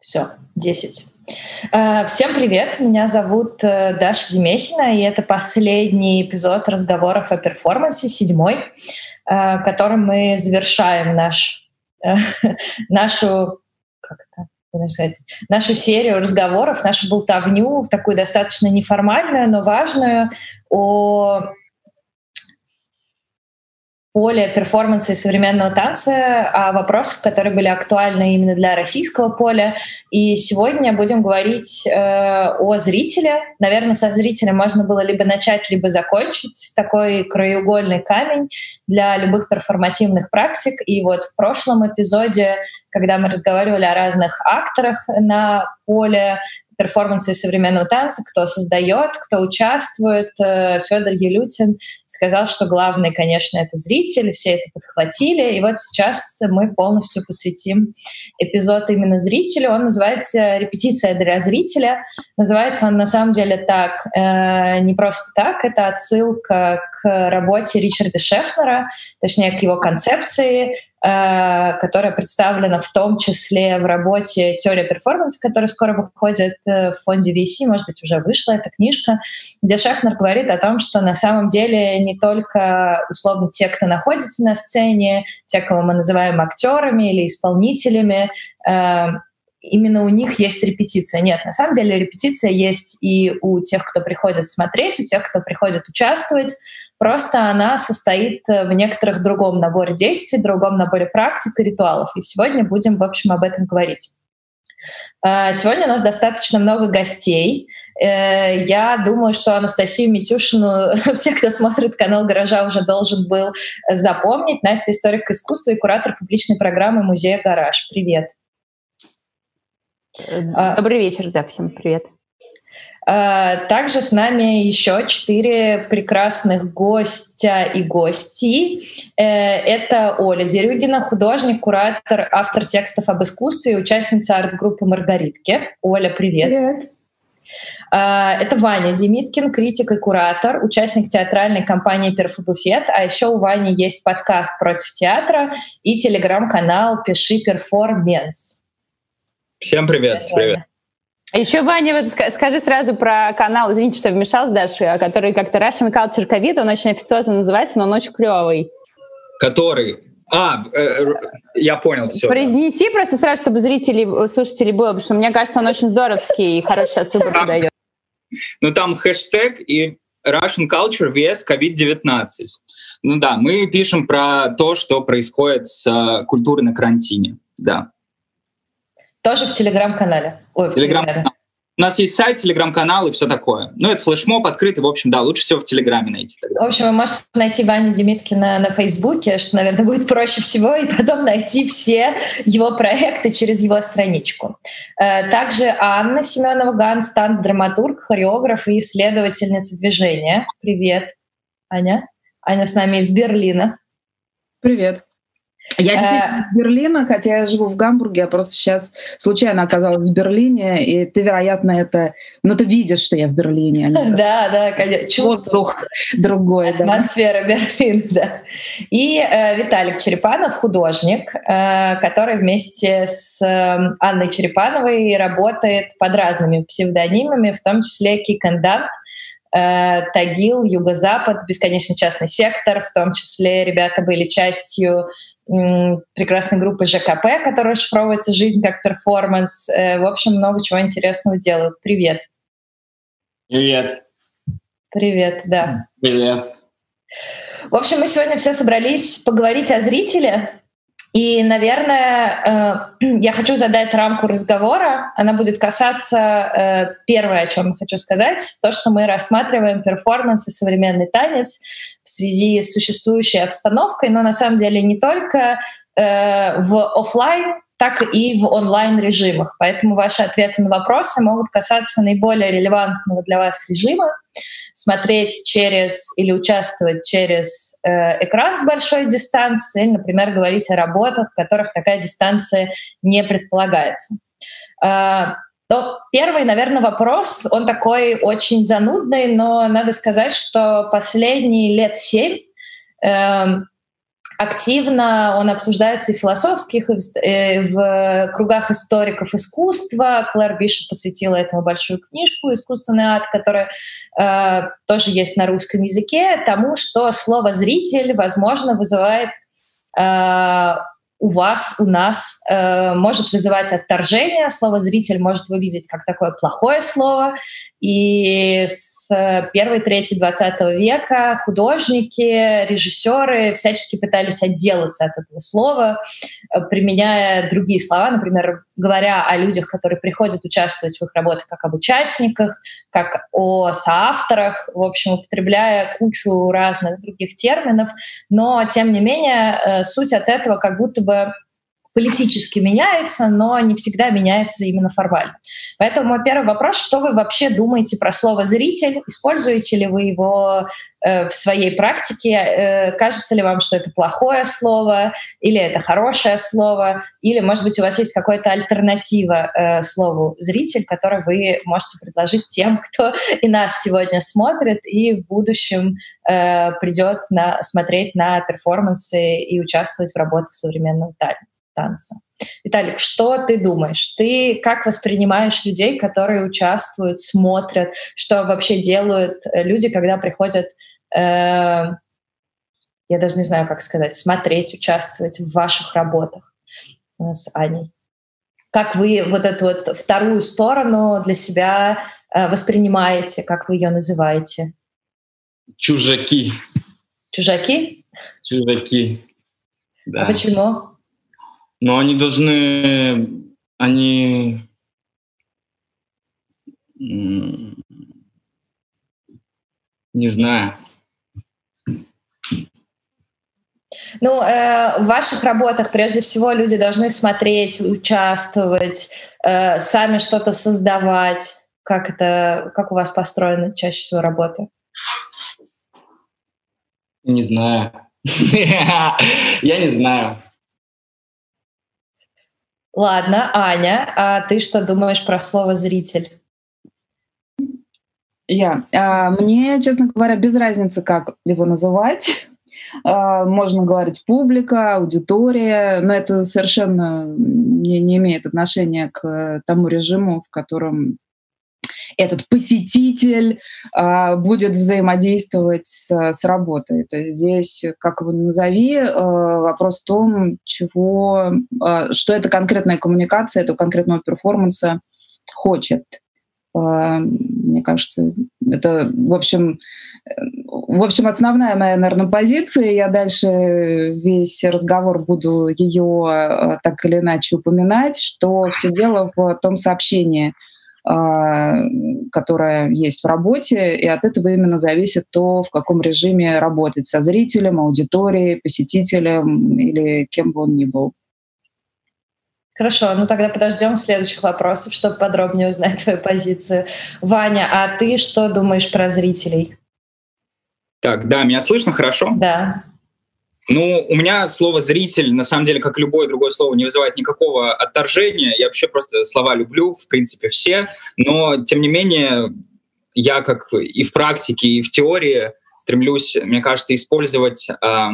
Все, 10. Всем привет, меня зовут Даша Демехина, и это последний эпизод разговоров о перформансе, 7-й, которым мы завершаем нашу серию разговоров, нашу болтовню, в такую достаточно неформальную, но важную, о поле перформанса и современного танца, о вопросах, которые были актуальны именно для российского поля. И сегодня будем говорить о зрителе. Наверное, со зрителем можно было либо начать, либо закончить. Такой краеугольный камень для любых перформативных практик. И вот в прошлом эпизоде, когда мы разговаривали о разных акторах на поле перформанса и современного танца, кто создает, кто участвует, Федор Елютин сказал, что главный, конечно, это зритель, все это подхватили, и вот сейчас мы полностью посвятим эпизод именно зрителю. Он называется «Репетиция для зрителя». Называется он на самом деле так, не просто так, это отсылка к работе Ричарда Шехнера, точнее, к его концепции, которая представлена в том числе в работе «Теория перформанса», которая скоро выходит в фонде VC, может быть, уже вышла эта книжка, где Шехнер говорит о том, что на самом деле не только, условно, те, кто находится на сцене, те, кого мы называем актерами или исполнителями, именно у них есть репетиция. Нет, на самом деле репетиция есть и у тех, кто приходит смотреть, у тех, кто приходит участвовать. Просто она состоит в некоторых другом наборе действий, другом наборе практик и ритуалов. И сегодня будем, в общем, об этом говорить. Сегодня у нас достаточно много гостей. Я думаю, что Анастасию Митюшину все, кто смотрит канал «Гаража», уже должен был запомнить. Настя — историк искусства и куратор публичной программы музея «Гараж». Привет. Добрый вечер, да, всем привет. Также с нами еще 4 прекрасных гостя и гости. Это Оля Дерюгина, художник, куратор, автор текстов об искусстве и участница арт-группы «Маргаритки». Оля, привет. Привет. Это Ваня Демиткин, критик и куратор, участник театральной компании «Перфобуфет». А еще у Вани есть подкаст «Против театра» и телеграм-канал «Пиши перформанс». Всем привет. Привет. Еще, Ваня, вот скажи сразу про канал, извините, что вмешалась, Даша, который как-то Russian Culture COVID, он очень официозно называется, но он очень клевый. Который? Я понял, все. Произнеси просто сразу, чтобы зрителей, слушателей было, потому что мне кажется, он очень здоровский и хороший отсылку подает. Ну, там хэштег и Russian Culture vs COVID-19. Ну да, мы пишем про то, что происходит с культурой на карантине, да. Тоже в телеграм-канале. Ой, в телеграме. У нас есть сайт, телеграм-канал и все такое. Ну, это флешмоб открытый, в общем, да, лучше всего в телеграме найти тогда. В общем, вы можете найти Ваню Демиткина на Фейсбуке, что, наверное, будет проще всего, и потом найти все его проекты через его страничку. Также Анна Семенова-Ганс, танц-драматург, хореограф и исследовательница движения. Привет, Аня. Аня с нами из Берлина. Привет. Я действительно из Берлина, хотя я живу в Гамбурге, я просто сейчас случайно оказалась в Берлине, и ты, вероятно, это... Ну, ты видишь, что я в Берлине. Да, конечно. Чувствую. Другой, атмосфера Берлина, да. И Виталик Черепанов, художник, который вместе с Анной Черепановой работает под разными псевдонимами, в том числе Кикендант, Тагил, Юго-Запад, Бесконечный частный сектор, в том числе ребята были частью прекрасной группы ЖКП, которая расшифровывается «Жизнь как перформанс». В общем, много чего интересного делают. Привет. Привет. Привет, да. Привет. В общем, мы сегодня все собрались поговорить о зрителе. И, наверное, я хочу задать рамку разговора. Она будет касаться, первое, о чем я хочу сказать, то, что мы рассматриваем перформанс и современный танец в связи с существующей обстановкой, но на самом деле не только в офлайн, так и в онлайн-режимах. Поэтому ваши ответы на вопросы могут касаться наиболее релевантного для вас режима, смотреть через или участвовать через экран с большой дистанции, или, например, говорить о работах, в которых такая дистанция не предполагается. Но первый, наверное, вопрос, он такой очень занудный, но надо сказать, что последние лет 7 активно он обсуждается и в философских, и в кругах историков искусства. Клэр Бишоп посвятила этому большую книжку «Искусственный ад», которая тоже есть на русском языке, тому, что слово «зритель», возможно, вызывает у вас, у нас, может вызывать отторжение. Слово «зритель» может выглядеть как такое плохое слово. И с первой трети 20 века художники, режиссеры всячески пытались отделаться от этого слова, применяя другие слова, например, говоря о людях, которые приходят участвовать в их работах, как об участниках, как о соавторах, в общем, употребляя кучу разных других терминов. Но, тем не менее, суть от этого как будто бы политически меняется, но не всегда меняется именно формально. Поэтому мой первый вопрос: что вы вообще думаете про слово «зритель»? Используете ли вы его в своей практике? Кажется ли вам, что это плохое слово, или это хорошее слово, или, может быть, у вас есть какая-то альтернатива слову «зритель», которую вы можете предложить тем, кто и нас сегодня смотрит и в будущем придет смотреть на перформансы и участвовать в работах современного танца. Виталик, что ты думаешь? Ты как воспринимаешь людей, которые участвуют, смотрят, что вообще делают люди, когда приходят, я даже не знаю, как сказать, смотреть, участвовать в ваших работах с Аней? Как вы вот эту вот вторую сторону для себя воспринимаете, как вы ее называете? Чужаки. Чужаки? Чужаки, да. А почему? Но они должны... Они... Не знаю. Ну, в ваших работах прежде всего люди должны смотреть, участвовать, сами что-то создавать. Как у вас построена чаще всего работа? Не знаю. Я не знаю. Ладно, Аня, а ты что думаешь про слово «зритель»? Мне, честно говоря, без разницы, как его называть. Можно говорить публика, аудитория, но это совершенно не имеет отношения к тому режиму, в котором этот посетитель будет взаимодействовать с работой. То есть здесь, как его ни назови, вопрос в том, что эта конкретная коммуникация, этого конкретного перформанса хочет. Мне кажется, это, в общем, основная моя, наверное, позиция. Я дальше весь разговор буду ее так или иначе упоминать, что все дело в том сообщении, которая есть в работе, и от этого именно зависит то, в каком режиме работать со зрителем, аудиторией, посетителем или кем бы он ни был. Хорошо, ну тогда подождем следующих вопросов, чтобы подробнее узнать твою позицию. Ваня, а ты что думаешь про зрителей? Так, да, меня слышно хорошо? Да. Ну, у меня слово «зритель», на самом деле, как любое другое слово, не вызывает никакого отторжения. Я вообще просто слова люблю, в принципе, все. Но, тем не менее, я как и в практике, и в теории стремлюсь, мне кажется, использовать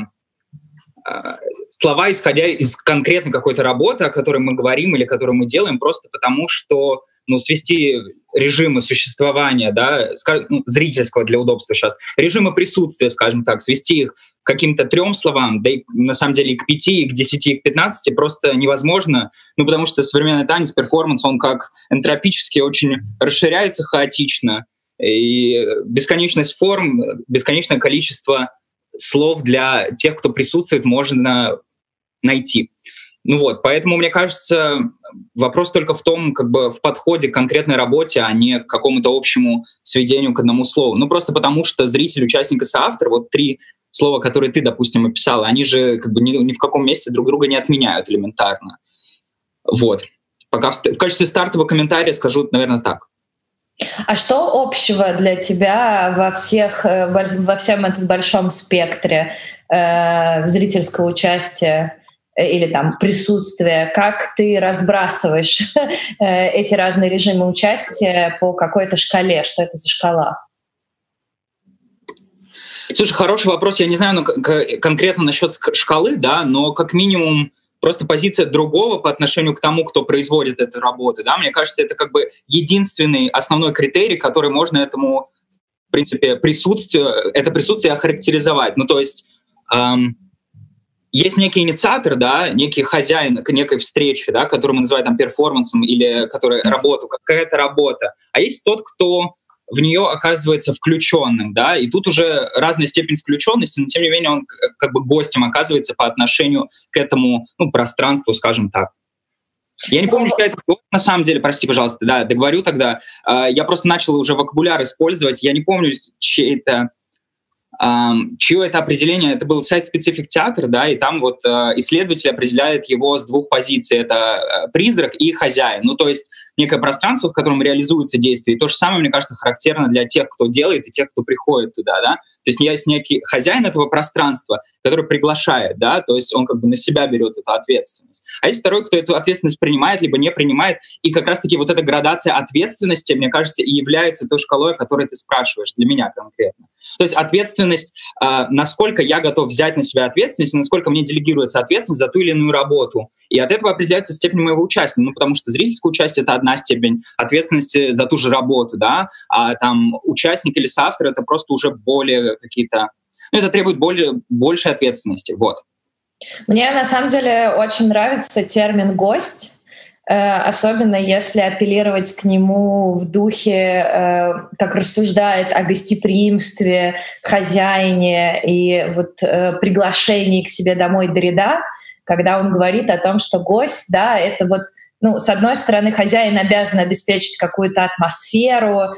слова, исходя из конкретно какой-то работы, о которой мы говорим или которую мы делаем, просто потому что свести режимы существования, да, зрительского для удобства сейчас, режимы присутствия, скажем так, свести их к каким-то 3 словам, да и на самом деле и к 5, и к 10, и к 15 просто невозможно, потому что современный танец, перформанс, он как энтропически очень расширяется хаотично, и бесконечность форм, бесконечное количество слов для тех, кто присутствует, можно найти. Поэтому, мне кажется, вопрос только в том, в подходе к конкретной работе, а не к какому-то общему сведению к одному слову. Просто потому, что зритель, участник и соавтор, 3 слова, которые ты, допустим, описала, они же ни в каком месте друг друга не отменяют элементарно. Пока в качестве стартового комментария скажу, наверное, так. А что общего для тебя во всем этом большом спектре зрительского участия или там присутствия? Как ты разбрасываешь эти разные режимы участия по какой-то шкале? Что это за шкала? Слушай, хороший вопрос. Я не знаю конкретно насчет шкалы, да, но как минимум просто позиция другого по отношению к тому, кто производит эту работу. Да? Мне кажется, это как бы единственный основной критерий, который можно этому, в принципе, это присутствие охарактеризовать. Ну, то есть есть некий инициатор, да, некий хозяин к некой встрече, да, которую мы называем там перформансом или который работу, какая-то работа. А есть тот, кто в нее оказывается включенным, да, и тут уже разная степень включенности, но тем не менее он как бы гостем оказывается по отношению к этому, ну, пространству, скажем так. Я не помню, что это на самом деле, прости, пожалуйста, да, договорю тогда. Я просто начал уже вокабуляр использовать, я не помню, чье это определение, это был сайт Specific Theater, да, и там вот исследователь определяет его с двух позиций, это призрак и хозяин, ну, то есть некое пространство, в котором реализуется действие. И то же самое, мне кажется, характерно для тех, кто делает, и тех, кто приходит туда, да. То есть есть некий хозяин этого пространства, который приглашает, да, то есть он как бы на себя берет эту ответственность. А есть второй, кто эту ответственность принимает, либо не принимает. И как раз-таки вот эта градация ответственности, мне кажется, и является той шкалой, о которой ты спрашиваешь, для меня конкретно. То есть ответственность, насколько я готов взять на себя ответственность, насколько мне делегируется ответственность за ту или иную работу. И от этого определяется степень моего участия. Ну, потому что зрительское участие — это одна степень ответственности за ту же работу, да, а там участник или соавтор — это просто уже более какие-то... Ну, это требует большей ответственности, вот. Мне, на самом деле, очень нравится термин «гость», особенно если апеллировать к нему в духе, как рассуждает о гостеприимстве, хозяине и вот приглашении к себе домой Derrida, когда он говорит о том, что гость, да, это вот, ну, с одной стороны, хозяин обязан обеспечить какую-то атмосферу,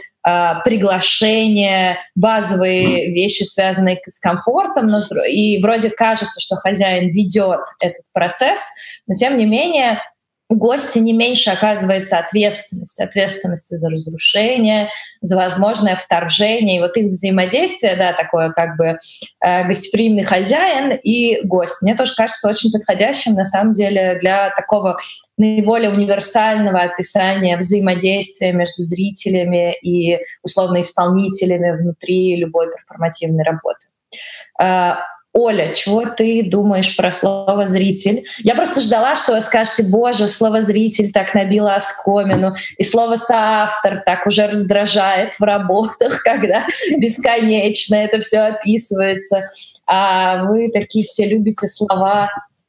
приглашение, базовые вещи, связанные с комфортом, и вроде кажется, что хозяин ведет этот процесс, но тем не менее у гостя не меньше оказывается ответственности за разрушение, за возможное вторжение. И вот их взаимодействие, да, такое как бы гостеприимный хозяин и гость, мне тоже кажется очень подходящим на самом деле для такого наиболее универсального описания взаимодействия между зрителями и условно исполнителями внутри любой перформативной работы. Оля, чего ты думаешь про слово «зритель»? Я просто ждала, что вы скажете: боже, слово «зритель» так набило оскомину, и слово «соавтор» так уже раздражает в работах, когда бесконечно это все описывается. А вы такие все любите слова.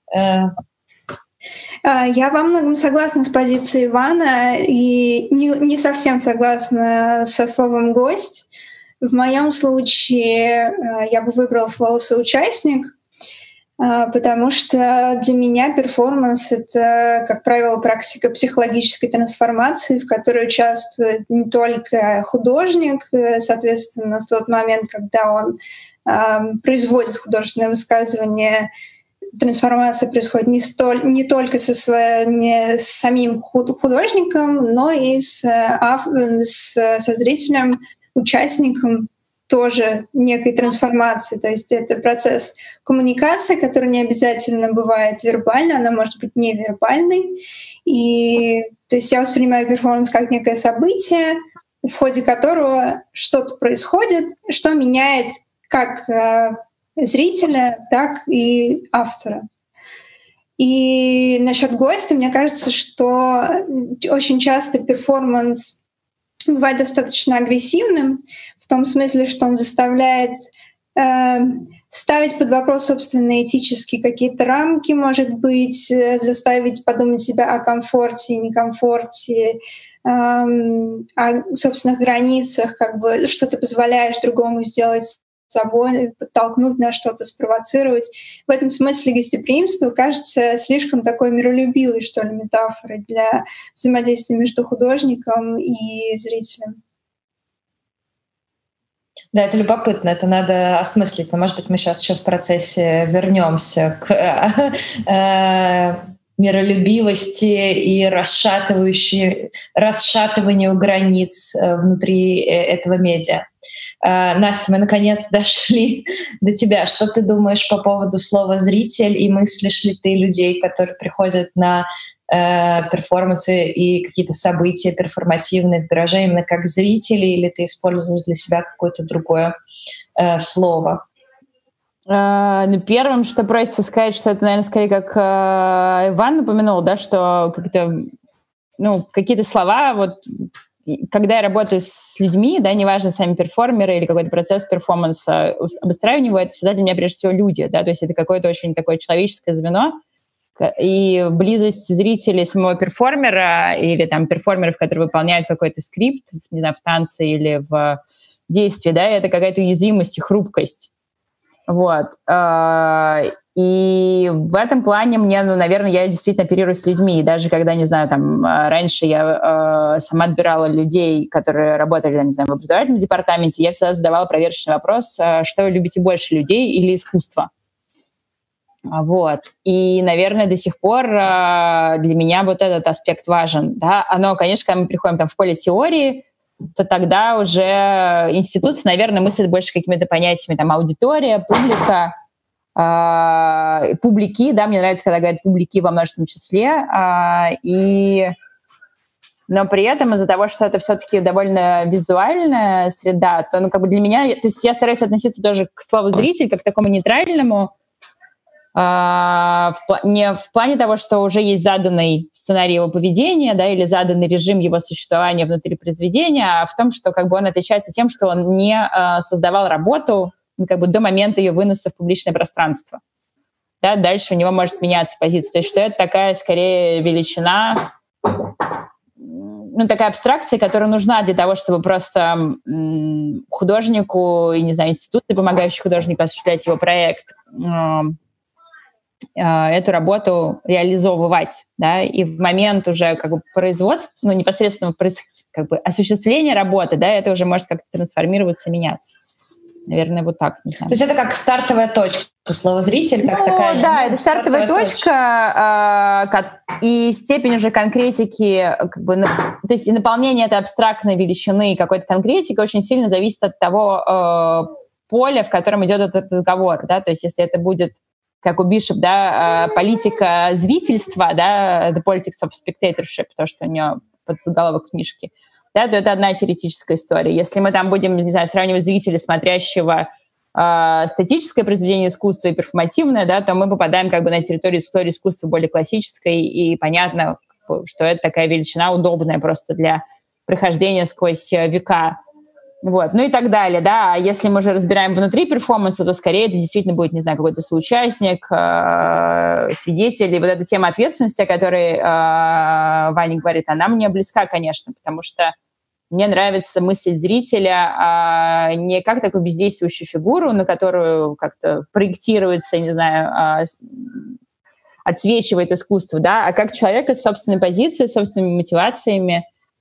Я во многом согласна с позицией Ивана и не совсем согласна со словом «гость». В моем случае я бы выбрала слово «соучастник», потому что для меня перформанс — это, как правило, практика психологической трансформации, в которой участвует не только художник, соответственно, в тот момент, когда он производит художественное высказывание, трансформация происходит не только с самим художником, но и со зрителем, участником тоже некой трансформации. То есть это процесс коммуникации, который не обязательно бывает вербальной, она может быть невербальной. И то есть я воспринимаю перформанс как некое событие, в ходе которого что-то происходит, что меняет как зрителя, так и автора. И насчет гостя, мне кажется, что очень часто перформанс бывает достаточно агрессивным, в том смысле, что он заставляет ставить под вопрос собственные этические какие-то рамки, может быть, заставить подумать себя о комфорте и некомфорте, о собственных границах, как бы, что ты позволяешь другому сделать с собой, подтолкнуть на что-то, спровоцировать. В этом смысле гостеприимство кажется слишком такой миролюбивой, что ли, метафорой для взаимодействия между художником и зрителем. Да, это любопытно, это надо осмыслить. Но, может быть, мы сейчас еще в процессе вернемся к миролюбивости и расшатыванию границ внутри этого медиа. Настя, мы наконец дошли до тебя. Что ты думаешь по поводу слова «зритель» и мыслишь ли ты людей, которые приходят на перформансы и какие-то события перформативные в гараже именно как зрители, или ты используешь для себя какое-то другое слово? Ну, первым, что просится сказать, что это, наверное, скорее как Иван напомянул, да, что какие-то слова, вот, когда я работаю с людьми, да, неважно, сами перформеры или какой-то процесс перформанса, обустраивания, это всегда для меня прежде всего люди, да, то есть это какое-то очень такое человеческое звено, и близость зрителей самого перформера или там перформеров, которые выполняют какой-то скрипт, не знаю, в танце или в действии, да, это какая-то уязвимость и хрупкость. Вот. И в этом плане мне, наверное, я действительно оперирую с людьми. И даже когда, не знаю, там, раньше я сама отбирала людей, которые работали, там, не знаю, в образовательном департаменте, я всегда задавала проверочный вопрос, что вы любите больше, людей или искусство? Вот. И, наверное, до сих пор для меня вот этот аспект важен. Да? Оно, конечно, когда мы приходим там в поле теории, то тогда уже институция, наверное, мыслит больше какими-то понятиями, там, аудитория, публика, публики, да, мне нравится, когда говорят публики во множественном числе, но при этом из-за того, что это все-таки довольно визуальная среда, то, как бы для меня, то есть я стараюсь относиться тоже к слову «зритель» как к такому нейтральному, не в плане того, что уже есть заданный сценарий его поведения, да, или заданный режим его существования внутри произведения, а в том, что как бы он отличается тем, что он не создавал работу как бы до момента ее выноса в публичное пространство. Да, дальше у него может меняться позиция. То есть что это такая, скорее, величина, такая абстракция, которая нужна для того, чтобы просто художнику и, не знаю, институты, помогающие художнику осуществлять его проект, эту работу реализовывать, да, и в момент уже как бы производства, непосредственно как бы осуществления работы, да, это уже может как-то трансформироваться, меняться. Наверное, вот так. То есть это как стартовая точка, слово «зритель», как такая... Да, это стартовая точка, и степень уже конкретики, как бы, то есть и наполнение этой абстрактной величины какой-то конкретики очень сильно зависит от того поля, в котором идет этот разговор, да, то есть если это будет как у Бишоп, да, политика зрительства, да, the politics of spectatorship, то, что у нее под заголовок книжки, да, то это одна теоретическая история. Если мы там будем, не знаю, сравнивать зрителя, смотрящего статическое произведение искусства и перформативное, да, то мы попадаем как бы на территорию истории искусства более классической, и понятно, что это такая величина удобная просто для прохождения сквозь века. Вот, и так далее, да. А если мы уже разбираем внутри перформанса, то скорее это действительно будет, не знаю, какой-то соучастник, свидетель. И вот эта тема ответственности, о которой Ваня говорит, она мне близка, конечно, потому что мне нравится мысль зрителя не как такую бездействующую фигуру, на которую как-то проектируется, не знаю, отсвечивает искусство, да, а как человека с собственной позицией, собственными мотивациями,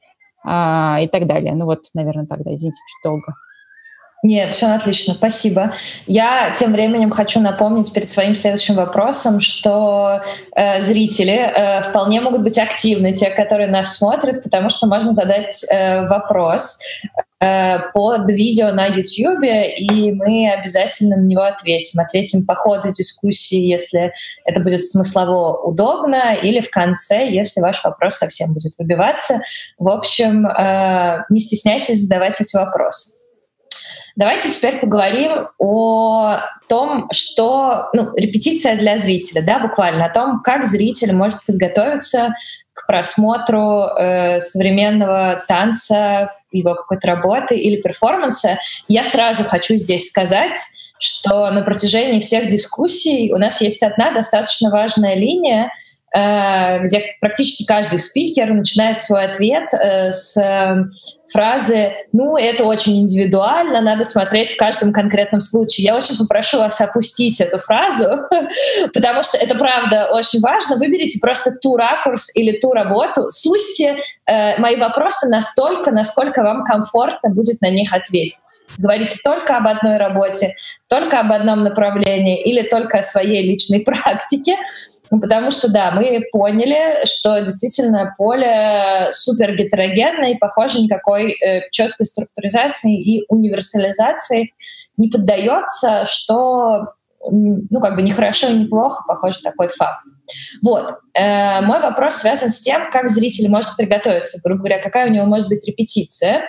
и так далее. Наверное, тогда, извините, чуть долго. Нет, все отлично, спасибо. Я тем временем хочу напомнить перед своим следующим вопросом, что зрители вполне могут быть активны, те, которые нас смотрят, потому что можно задать вопрос под видео на YouTube, и мы обязательно на него ответим. Ответим по ходу дискуссии, если это будет смыслово удобно, или в конце, если ваш вопрос совсем будет выбиваться. В общем, не стесняйтесь задавать эти вопросы. Давайте теперь поговорим о том, что... репетиция для зрителя, да, буквально, о том, как зритель может подготовиться к просмотру современного танца, его какой-то работы или перформанса. Я сразу хочу здесь сказать, что на протяжении всех дискуссий у нас есть одна достаточно важная линия, где практически каждый спикер начинает свой ответ с фразы это очень индивидуально, надо смотреть в каждом конкретном случае». Я очень попрошу вас опустить эту фразу, потому что это, правда, очень важно. Выберите просто ту ракурс или ту работу, сузьте мои вопросы настолько, насколько вам комфортно будет на них ответить. Говорите только об одной работе, только об одном направлении или только о своей личной практике. Потому что, да, мы поняли, что действительно поле супер гетерогенное и, похоже, никакой четкой структуризации и универсализации не поддается, что, не хорошо и не плохо, похоже, такой факт. Вот. Мой вопрос связан с тем, как зритель может приготовиться, грубо говоря, какая у него может быть репетиция.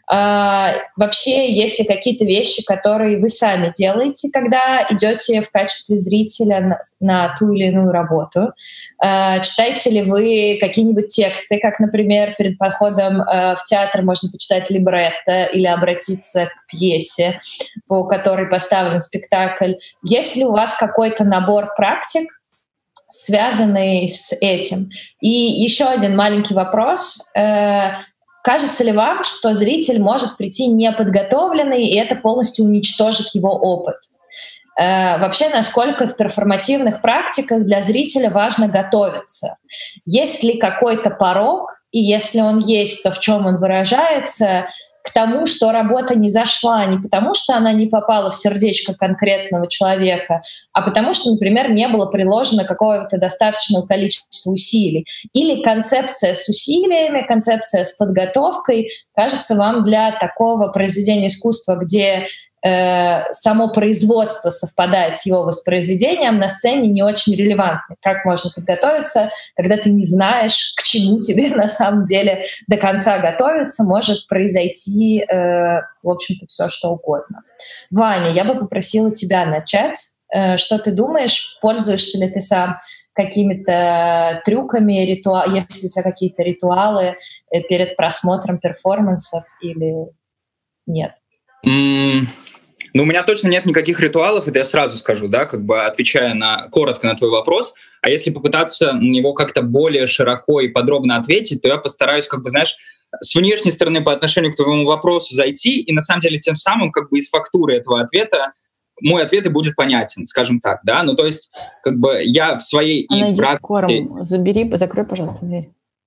Вообще, есть ли какие-то вещи, которые вы сами делаете, когда идете в качестве зрителя на ту или иную работу? Читаете ли вы какие-нибудь тексты, как, например, перед походом в театр можно почитать либретто или обратиться к пьесе, по которой поставлен спектакль? Есть ли у вас какой-то набор практик, связанный с этим? И еще один маленький вопрос. Кажется ли вам, что зритель может прийти неподготовленный, и это полностью уничтожит его опыт? Вообще, насколько в перформативных практиках для зрителя важно готовиться? Есть ли какой-то порог, и если он есть, то в чем он выражается, к тому, что работа не зашла не потому, что она не попала в сердечко конкретного человека, а потому что, например, не было приложено какого-то достаточного количества усилий. Или концепция с усилиями, концепция с подготовкой кажется вам для такого произведения искусства, где само производство совпадает с его воспроизведением, на сцене не очень релевантно. Как можно подготовиться, когда ты не знаешь, к чему тебе на самом деле до конца готовиться, может произойти, в общем-то, все что угодно. Ваня, я бы попросила тебя начать. Что ты думаешь, пользуешься ли ты сам какими-то трюками, есть ли у тебя какие-то ритуалы перед просмотром перформансов или нет? Ну, у меня точно нет никаких ритуалов, это я сразу скажу, да, как бы отвечая коротко на твой вопрос. А если попытаться на него как-то более широко и подробно ответить, то я постараюсь, как бы, знаешь, с внешней стороны по отношению к твоему вопросу зайти, и на самом деле тем самым, как бы, из фактуры этого ответа мой ответ и будет понятен, скажем так, да. Ну, то есть, как бы, я в своей практике... Закрой, пожалуйста, дверь.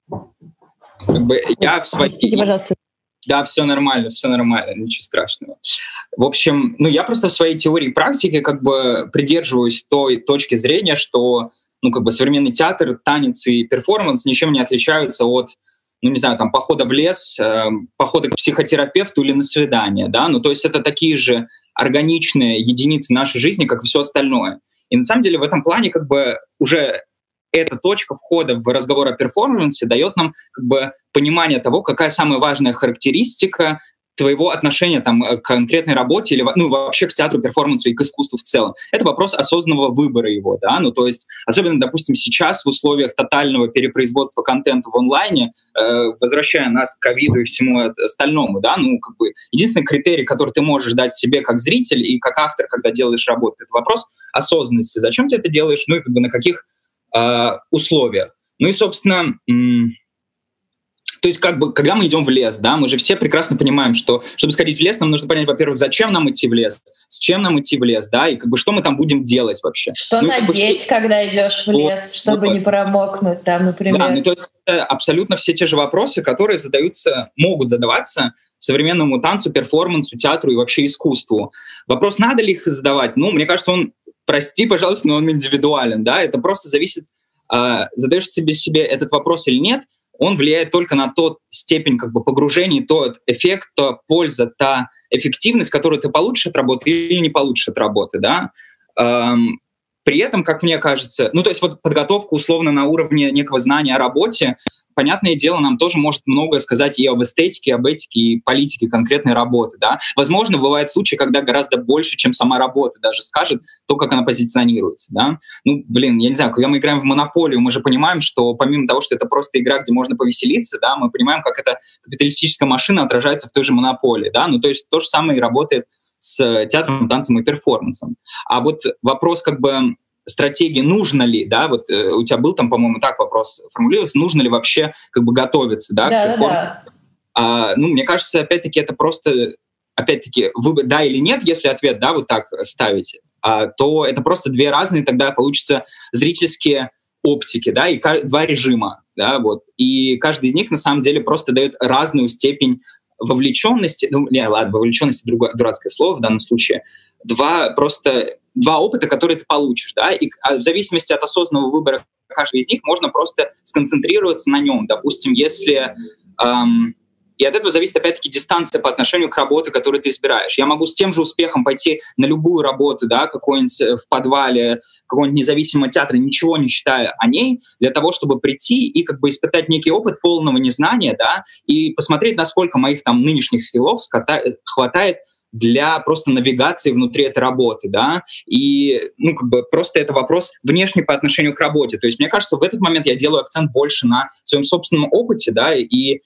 Как бы я в своей... Простите, пожалуйста. Да, все нормально, ничего страшного. В общем, я просто в своей теории и практике как бы придерживаюсь той точки зрения, что, как бы современный театр, танец и перформанс ничем не отличаются от, похода в лес, похода к психотерапевту или на свидание, да, то есть это такие же органичные единицы нашей жизни, как и все остальное. И на самом деле в этом плане как бы уже эта точка входа в разговор о перформансе дает нам как бы понимание того, какая самая важная характеристика твоего отношения к конкретной работе или вообще к театру, перформансу и к искусству в целом. Это вопрос осознанного выбора его, да, то есть особенно, допустим, сейчас в условиях тотального перепроизводства контента в онлайне, возвращая нас к ковиду и всему остальному, да, как бы единственный критерий, который ты можешь дать себе как зритель и как автор, когда делаешь работу, это вопрос осознанности. Зачем ты это делаешь, и как бы на каких условиях. И, собственно, то есть, как бы, когда мы идем в лес, да, мы же все прекрасно понимаем, что, чтобы сходить в лес, нам нужно понять, во-первых, зачем нам идти в лес, с чем нам идти в лес, да, и как бы что мы там будем делать вообще. Что надеть, когда идешь в лес, чтобы не промокнуть там, например. Да, то есть это абсолютно все те же вопросы, которые могут задаваться современному танцу, перформансу, театру и вообще искусству. Вопрос, надо ли их задавать? Мне кажется, он, прости, пожалуйста, но он индивидуален, да, это просто зависит, задаешь себе этот вопрос или нет, он влияет только на тот степень как бы погружения, тот эффект, та польза, та эффективность, которую ты получишь от работы или не получишь от работы, да. При этом, как мне кажется, то есть вот подготовка условно на уровне некого знания о работе, понятное дело, нам тоже может многое сказать и об эстетике, и об этике, и политике конкретной работы, да. Возможно, бывают случаи, когда гораздо больше, чем сама работа даже скажет то, как она позиционируется, да. Я не знаю, когда мы играем в монополию, мы же понимаем, что помимо того, что это просто игра, где можно повеселиться, да, мы понимаем, как эта капиталистическая машина отражается в той же монополии, да. То есть то же самое и работает с театром, танцем и перформансом. А вот вопрос как бы стратегии, нужно ли, да, вот у тебя был там, по-моему, так вопрос формулировался, нужно ли вообще как бы готовиться, да, к перформансу? Мне кажется, опять-таки, это просто, опять-таки, выбор, да или нет, если ответ, да, вот так ставите, то это просто две разные тогда получатся зрительские оптики, да, и два режима, да, вот, и каждый из них на самом деле просто дает разную степень вовлеченности, вовлеченность — дурацкое слово в данном случае, два опыта, которые ты получишь, да, и в зависимости от осознанного выбора каждого из них можно просто сконцентрироваться на нем. Допустим, если И от этого зависит, опять-таки, дистанция по отношению к работе, которую ты избираешь. Я могу с тем же успехом пойти на любую работу, да, какой-нибудь в подвале, какого-нибудь независимого театра, ничего не читая о ней, для того, чтобы прийти и как бы испытать некий опыт полного незнания, да, и посмотреть, насколько моих там нынешних скиллов хватает для просто навигации внутри этой работы, да, и, ну, как бы просто это вопрос внешний по отношению к работе. То есть, мне кажется, в этот момент я делаю акцент больше на своем собственном опыте, да, и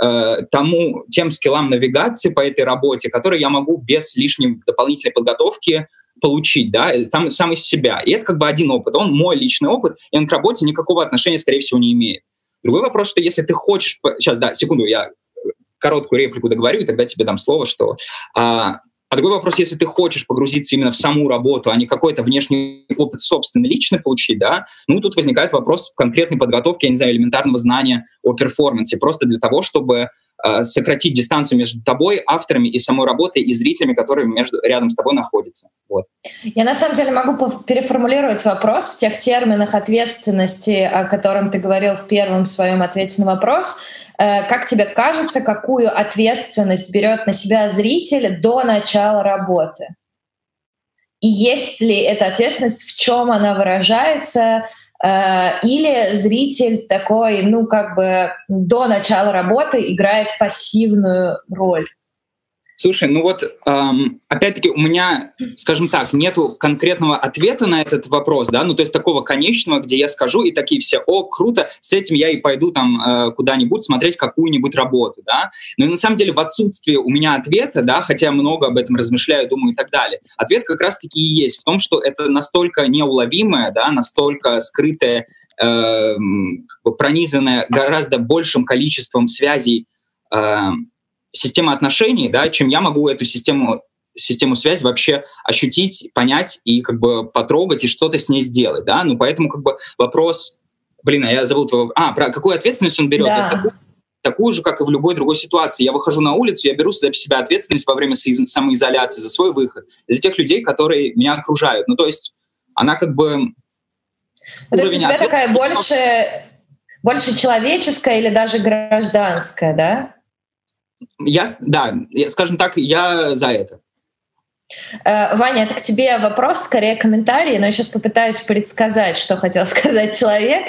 тем скиллам навигации по этой работе, которые я могу без лишней дополнительной подготовки получить, да, сам из себя. И это как бы один опыт, он мой личный опыт, и он к работе никакого отношения, скорее всего, не имеет. Другой вопрос, что если ты хочешь... Сейчас, да, секунду, я короткую реплику договорю, и тогда тебе дам слово, что... А другой вопрос, если ты хочешь погрузиться именно в саму работу, а не какой-то внешний опыт собственный, личный получить, да, ну, тут возникает вопрос конкретной подготовки, я не знаю, элементарного знания о перформансе, просто для того, чтобы сократить дистанцию между тобой, авторами и самой работой, и зрителями, которые рядом с тобой находятся. Вот. Я на самом деле могу переформулировать вопрос в тех терминах ответственности, о котором ты говорил в первом своем ответе на вопрос. Как тебе кажется, какую ответственность берет на себя зритель до начала работы? И есть ли эта ответственность, в чем она выражается? Или зритель такой, ну, как бы до начала работы играет пассивную роль? Слушай, ну вот, опять-таки, у меня, скажем так, нету конкретного ответа на этот вопрос, да, ну, то есть такого конечного, где я скажу, и такие все, о, круто, с этим я и пойду там куда-нибудь смотреть какую-нибудь работу, да. Но на самом деле в отсутствии у меня ответа, да, хотя я много об этом размышляю, думаю и так далее, ответ как раз-таки и есть в том, что это настолько неуловимое, да, настолько скрытое, пронизанное гораздо большим количеством связей, система отношений, да, чем я могу эту систему связи вообще ощутить, понять и как бы потрогать и что-то с ней сделать, да, ну поэтому как бы вопрос, я забыл твой вопрос, про какую ответственность он берет, да. такую же, как и в любой другой ситуации. Я выхожу на улицу, я беру за себя ответственность во время самоизоляции за свой выход, за тех людей, которые меня окружают, ну то есть она как бы... То есть у тебя такая больше человеческая или даже гражданская, да? Скажем так, я за это. Ваня, это к тебе вопрос, скорее комментарий, но я сейчас попытаюсь предсказать, что хотел сказать человек.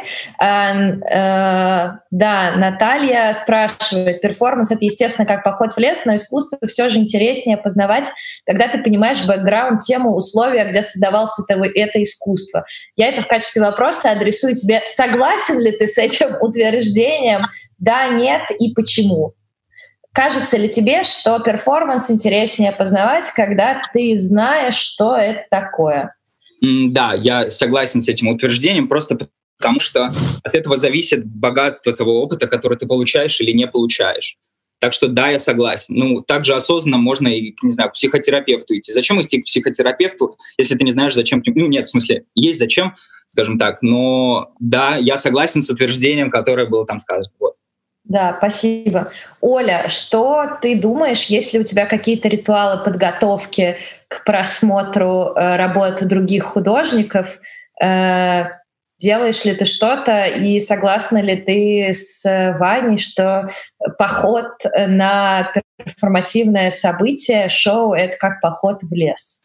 Да, Наталья спрашивает, перформанс — это, естественно, как поход в лес, но искусство все же интереснее познавать, когда ты понимаешь бэкграунд, тему, условия, где создавалось это искусство. Я это в качестве вопроса адресую тебе. Согласен ли ты с этим утверждением? Да, нет и почему? Кажется ли тебе, что перформанс интереснее познавать, когда ты знаешь, что это такое? Да, я согласен с этим утверждением, просто потому что от этого зависит богатство того опыта, который ты получаешь или не получаешь. Так что да, я согласен. Ну, также осознанно можно и, не знаю, к психотерапевту идти. Зачем идти к психотерапевту, если ты не знаешь, зачем? Ну, нет, в смысле, есть зачем, скажем так, но да, я согласен с утверждением, которое было там сказано. Вот. Да, спасибо. Оля, что ты думаешь, есть ли у тебя какие-то ритуалы подготовки к просмотру работы других художников? Делаешь ли ты что-то и согласна ли ты с Ваней, что поход на перформативное событие, шоу — это как поход в лес?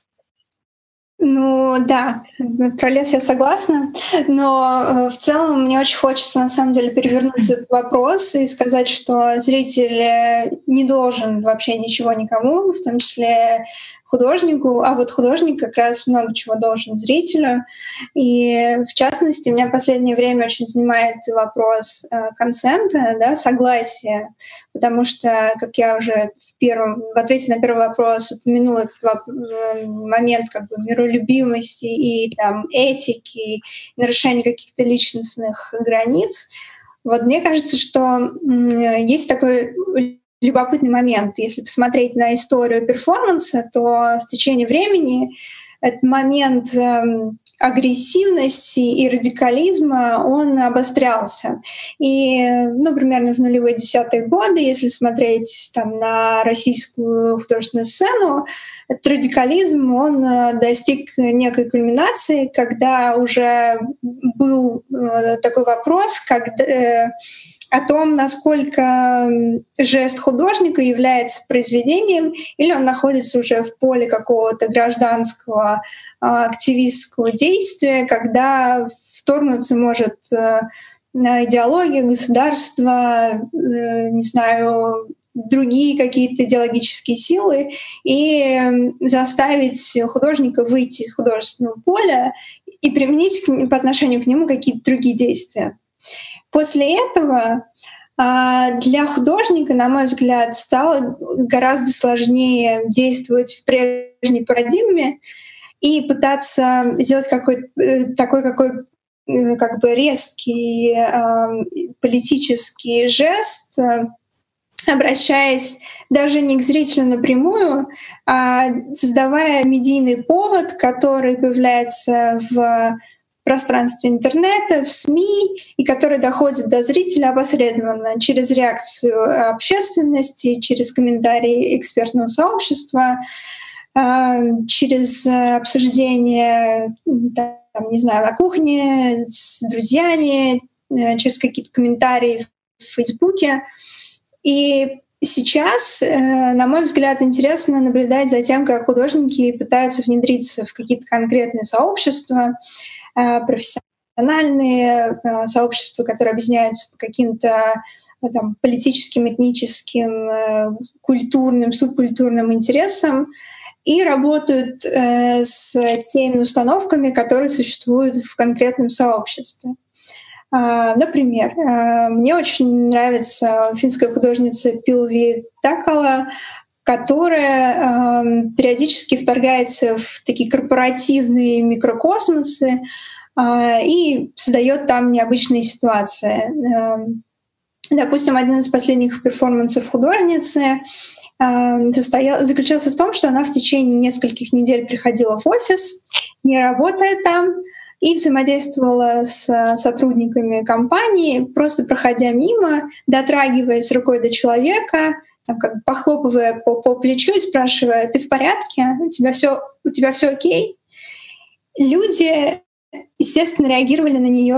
Ну да, про лес я согласна, но в целом мне очень хочется на самом деле перевернуть этот вопрос и сказать, что зритель не должен вообще ничего никому, в том числе художнику, а вот художник как раз много чего должен зрителю. И в частности, меня в последнее время очень занимает вопрос консента, да, согласия, потому что, как я уже в ответе на первый вопрос упомянула, этот момент как бы миролюбимости и там этики, нарушения каких-то личностных границ. Вот мне кажется, что есть такой любопытный момент. Если посмотреть на историю перформанса, то в течение времени этот момент агрессивности и радикализма, он обострялся. И, примерно в нулевые десятые годы, если смотреть там на российскую художественную сцену, этот радикализм, он достиг некой кульминации, когда уже был такой вопрос, о том, насколько жест художника является произведением, или он находится уже в поле какого-то гражданского активистского действия, когда вторгнуться может идеология, государство, не знаю, другие какие-то идеологические силы, и заставить художника выйти из художественного поля и применить по отношению к нему какие-то другие действия. После этого для художника, на мой взгляд, стало гораздо сложнее действовать в прежней парадигме и пытаться сделать какой-то такой как бы резкий политический жест, обращаясь даже не к зрителю напрямую, а создавая медийный повод, который появляется в пространстве интернета, в СМИ, и который доходит до зрителя опосредованно через реакцию общественности, через комментарии экспертного сообщества, через обсуждение, там, не знаю, на кухне с друзьями, через какие-то комментарии в Фейсбуке. И сейчас, на мой взгляд, интересно наблюдать за тем, как художники пытаются внедриться в какие-то конкретные сообщества, профессиональные сообщества, которые объединяются по каким-то там политическим, этническим, культурным, субкультурным интересам и работают с теми установками, которые существуют в конкретном сообществе. Например, мне очень нравится финская художница Пилви Такала, которая периодически вторгается в такие корпоративные микрокосмосы и создает там необычные ситуации. Допустим, один из последних перформансов художницы заключался в том, что она в течение нескольких недель приходила в офис, не работая там, и взаимодействовала с сотрудниками компании, просто проходя мимо, дотрагиваясь рукой до человека, там, как бы похлопывая по плечу и спрашивая: «Ты в порядке? У тебя все окей?» Люди, естественно, реагировали на нее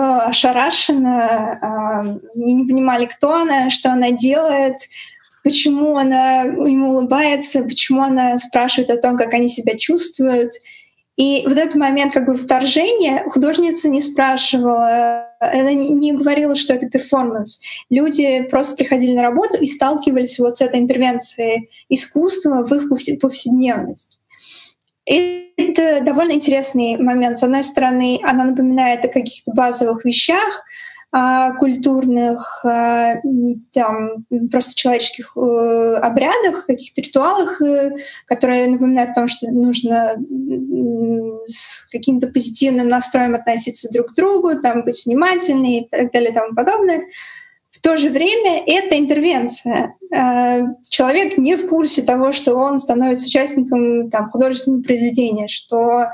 ошарашенно, не понимали, кто она, что она делает, почему она ему улыбается, почему она спрашивает о том, как они себя чувствуют. И вот этот момент как бы вторжения художница не спрашивала, она не говорила, что это перформанс. Люди просто приходили на работу и сталкивались вот с этой интервенцией искусства в их повседневность. И это довольно интересный момент. С одной стороны, она напоминает о каких-то базовых вещах, культурных, там, просто человеческих обрядах, каких-то ритуалах, которые напоминают о том, что нужно с каким-то позитивным настроем относиться друг к другу, там, быть внимательнее и так далее и тому подобное. В то же время это интервенция. Человек не в курсе того, что он становится участником там, художественного произведения, что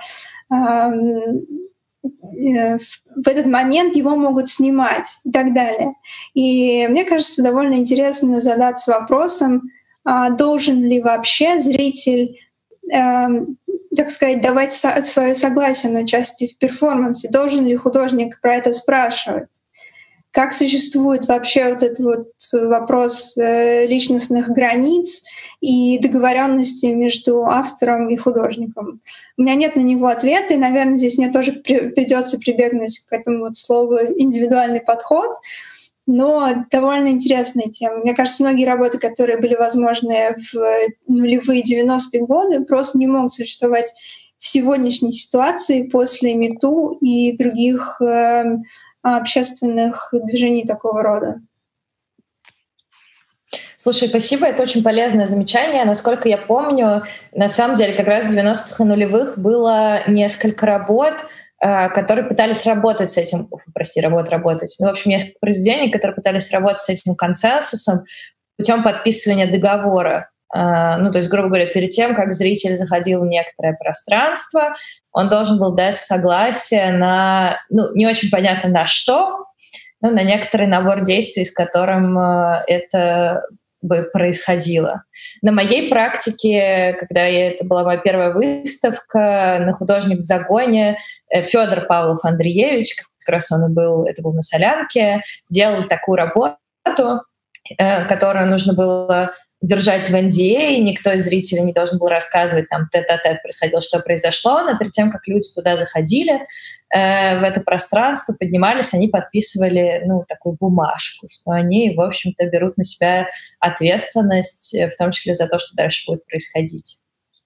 в этот момент его могут снимать и так далее. И мне кажется, довольно интересно задаться вопросом, должен ли вообще зритель, так сказать, давать свое согласие на участие в перформансе, должен ли художник про это спрашивать. Как существует вообще вот этот вот вопрос личностных границ и договоренности между автором и художником? У меня нет на него ответа, и, наверное, здесь мне тоже придется прибегнуть к этому вот слову «индивидуальный подход», но довольно интересная тема. Мне кажется, многие работы, которые были возможны в нулевые 90-е годы, просто не могут существовать в сегодняшней ситуации после МИТУ и других общественных движений такого рода. Слушай, спасибо, это очень полезное замечание. Насколько я помню, на самом деле как раз в 90-х и нулевых было несколько работ, которые пытались работать с этим, работать. Ну, в общем, несколько произведений, которые пытались работать с этим консенсусом путем подписывания договора. Ну, то есть, грубо говоря, перед тем, как зритель заходил в некоторое пространство, он должен был дать согласие на, ну, не очень понятно на что, но на некоторый набор действий, с которым это бы происходило. На моей практике, это была моя первая выставка на «Художник в загоне», Федор Павлов Андреевич, как раз это был на Солянке, делал такую работу, которую нужно было держать в NDA, и никто из зрителей не должен был рассказывать, там, тет-а-тет происходило, что произошло, но перед тем, как люди туда заходили, в это пространство, поднимались, они подписывали, такую бумажку, что они, в общем-то, берут на себя ответственность, в том числе за то, что дальше будет происходить.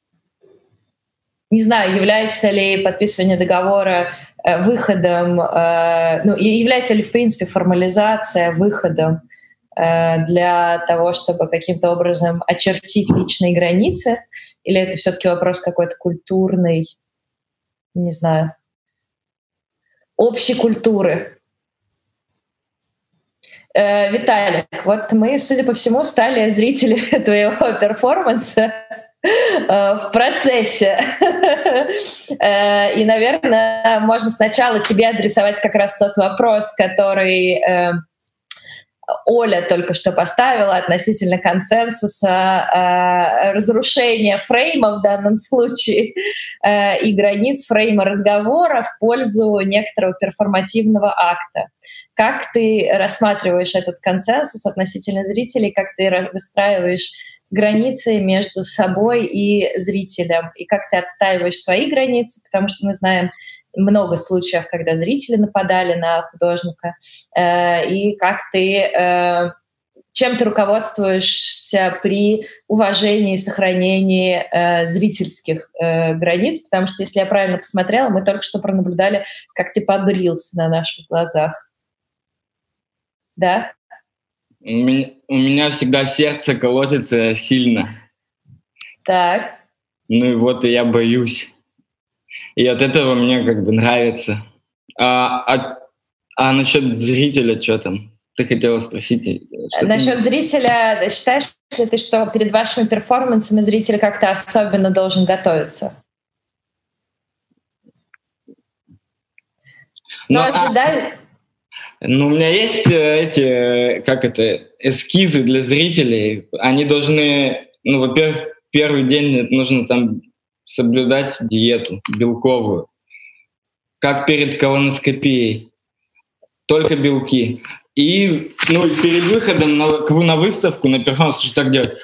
Не знаю, является ли подписывание договора выходом, является ли, в принципе, формализация выходом для того, чтобы каким-то образом очертить личные границы, или это все-таки вопрос какой-то культурный, не знаю, общей культуры? Виталик, вот мы, судя по всему, стали зрителями твоего перформанса в процессе. И, наверное, можно сначала тебе адресовать как раз тот вопрос, который Оля только что поставила относительно консенсуса, разрушения фрейма в данном случае и границ фрейма разговора в пользу некоторого перформативного акта. Как ты рассматриваешь этот консенсус относительно зрителей, как ты выстраиваешь границы между собой и зрителем, и как ты отстаиваешь свои границы, потому что мы знаем много случаев, когда зрители нападали на художника, и как ты, чем ты руководствуешься при уважении и сохранении зрительских границ, потому что, если я правильно посмотрела, мы только что пронаблюдали, как ты побрился на наших глазах. Да? У меня всегда сердце колотится сильно. Так. Ну и вот и я боюсь. И от этого мне как бы нравится. А насчет зрителя, что там? Ты хотела спросить? Насчет зрителя, считаешь ли ты, что перед вашими перформансами зритель как-то особенно должен готовиться? У меня есть эскизы для зрителей. Они должны, во-первых, первый день нужно там соблюдать диету белковую, как перед колоноскопией, только белки. И перед выходом на выставку, на перформанс, что так делать.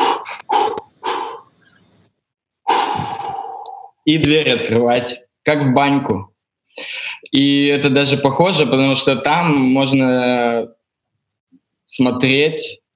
И дверь открывать, как в баньку. И это даже похоже, потому что там можно смотреть,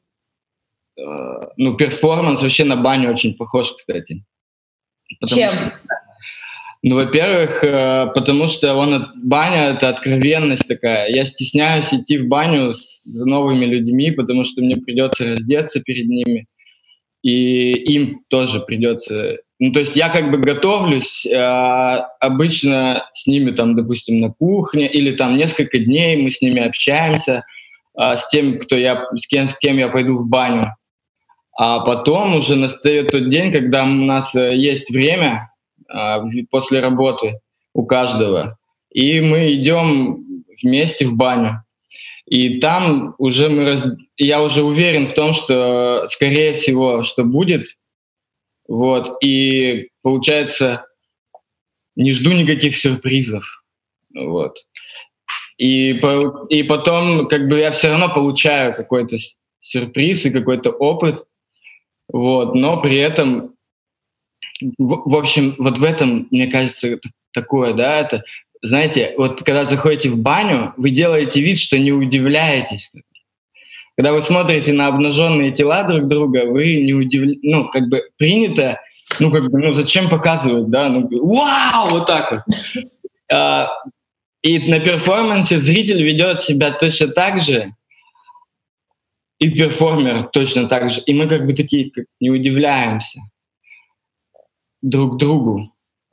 перформанс вообще на баню очень похож, кстати. Чем? Во-первых, потому что баня — это откровенность такая. Я стесняюсь идти в баню с новыми людьми, потому что мне придется раздеться перед ними, и им тоже придется. То есть я как бы готовлюсь обычно с ними, там, допустим, на кухне, или там несколько дней мы с ними общаемся, с тем, с кем я пойду в баню. А потом уже настает тот день, когда у нас есть время после работы у каждого, и мы идем вместе в баню. И там уже я уже уверен в том, что, скорее всего, что будет. Вот. И, получается, не жду никаких сюрпризов. Вот. И потом как бы я все равно получаю какой-то сюрприз и какой-то опыт. Вот. Но при этом, в общем, вот в этом, мне кажется, такое, да, это, знаете, вот когда заходите в баню, вы делаете вид, что не удивляетесь. Когда вы смотрите на обнаженные тела друг друга, вы не удивляетесь, как бы принято, зачем показывать, да, вау, вот так вот. И на перформансе зритель ведет себя точно так же, и перформер точно так же. И мы как бы такие не удивляемся друг другу.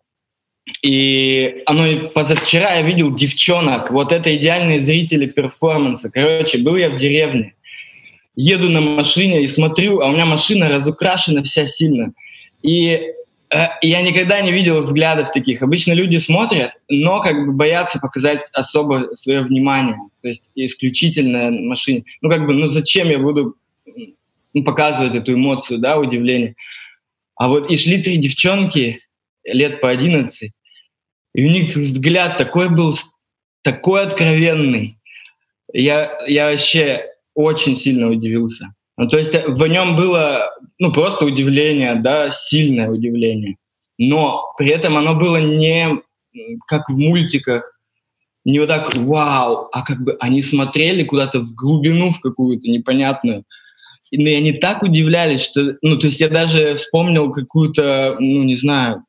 И позавчера я видел девчонок, вот это идеальные зрители перформанса. Короче, был я в деревне, еду на машине и смотрю, а у меня машина разукрашена вся сильно. И я никогда не видел взглядов таких. Обычно люди смотрят, но как бы боятся показать особо свое внимание. То есть исключительно на машине. Зачем я буду показывать эту эмоцию, да, удивление. А вот и шли 3 девчонки, лет по 11, и у них взгляд такой был, такой откровенный. Я вообще очень сильно удивился. Ну, то есть в нем было, ну, просто удивление, да, сильное удивление. Но при этом оно было не как в мультиках, не вот так «вау», а как бы они смотрели куда-то в глубину, в какую-то непонятную. И они так удивлялись, что... Ну, то есть я даже вспомнил какую-то, ну, не знаю,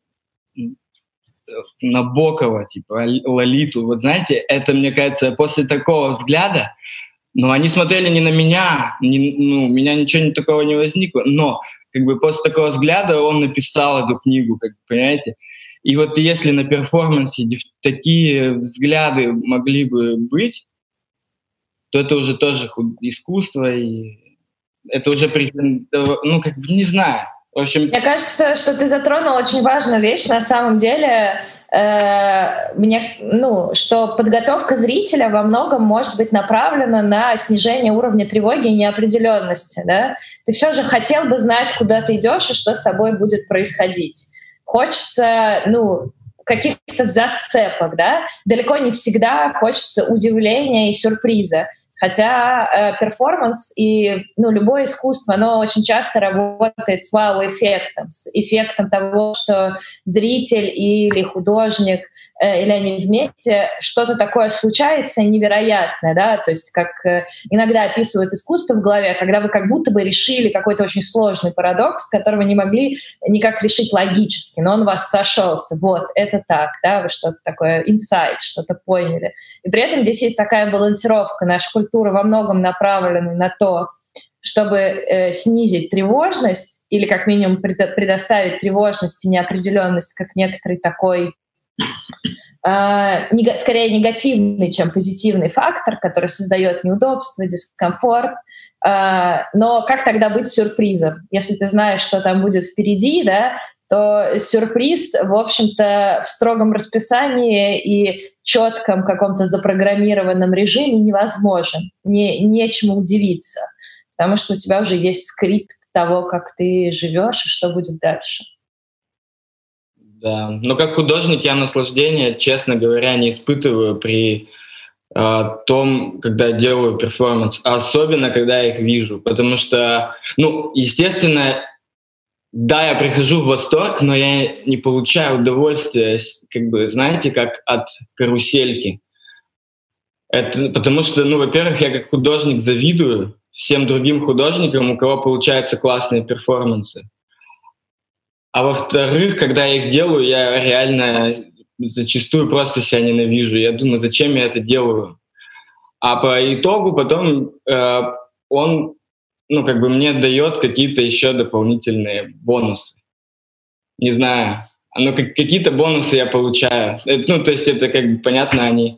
Набокова, типа Лолиту. Вот знаете, это, мне кажется, после такого взгляда, но они смотрели не на меня, у меня ничего такого не возникло, но как бы после такого взгляда он написал эту книгу, как понимаете. И вот если на перформансе такие взгляды могли бы быть, то это уже тоже искусство, и это уже, ну, как бы, не знаю. В общем... Мне кажется, что ты затронул очень важную вещь на самом деле, что подготовка зрителя во многом может быть направлена на снижение уровня тревоги и неопределенности. Да? Ты все же хотел бы знать, куда ты идешь и что с тобой будет происходить. Хочется, каких-то зацепок, да? Далеко не всегда хочется удивления и сюрприза. Хотя перформанс и любое искусство, оно очень часто работает с вау-эффектом, с эффектом того, что зритель или художник, или они вместе, что-то такое случается невероятное, да, то есть как иногда описывают искусство в голове, когда вы как будто бы решили какой-то очень сложный парадокс, которого не могли никак решить логически, но он у вас сошелся, вот, это так, да, вы что-то такое, инсайт, что-то поняли. И при этом здесь есть такая балансировка, наша культура во многом направлена на то, чтобы снизить тревожность или как минимум предоставить тревожность и неопределенность как некоторый такой скорее негативный, чем позитивный фактор, который создает неудобство, дискомфорт. Но как тогда быть сюрпризом? Если ты знаешь, что там будет впереди, да, то сюрприз, в общем-то, в строгом расписании и четком каком-то запрограммированном режиме невозможен. Нечему удивиться, потому что у тебя уже есть скрипт того, как ты живешь и что будет дальше. Да, но как художник я наслаждения, честно говоря, не испытываю при том, когда делаю перформанс, особенно когда я их вижу, потому что, естественно, да, я прихожу в восторг, но я не получаю удовольствия, как бы, знаете, как от карусельки. Это потому что, во-первых, я как художник завидую всем другим художникам, у кого получаются классные перформансы. А во-вторых, когда я их делаю, я реально зачастую просто себя ненавижу. Я думаю, зачем я это делаю? А по итогу потом он, мне дает какие-то еще дополнительные бонусы. Не знаю. Какие-то бонусы я получаю. То есть это, как бы, понятно, они,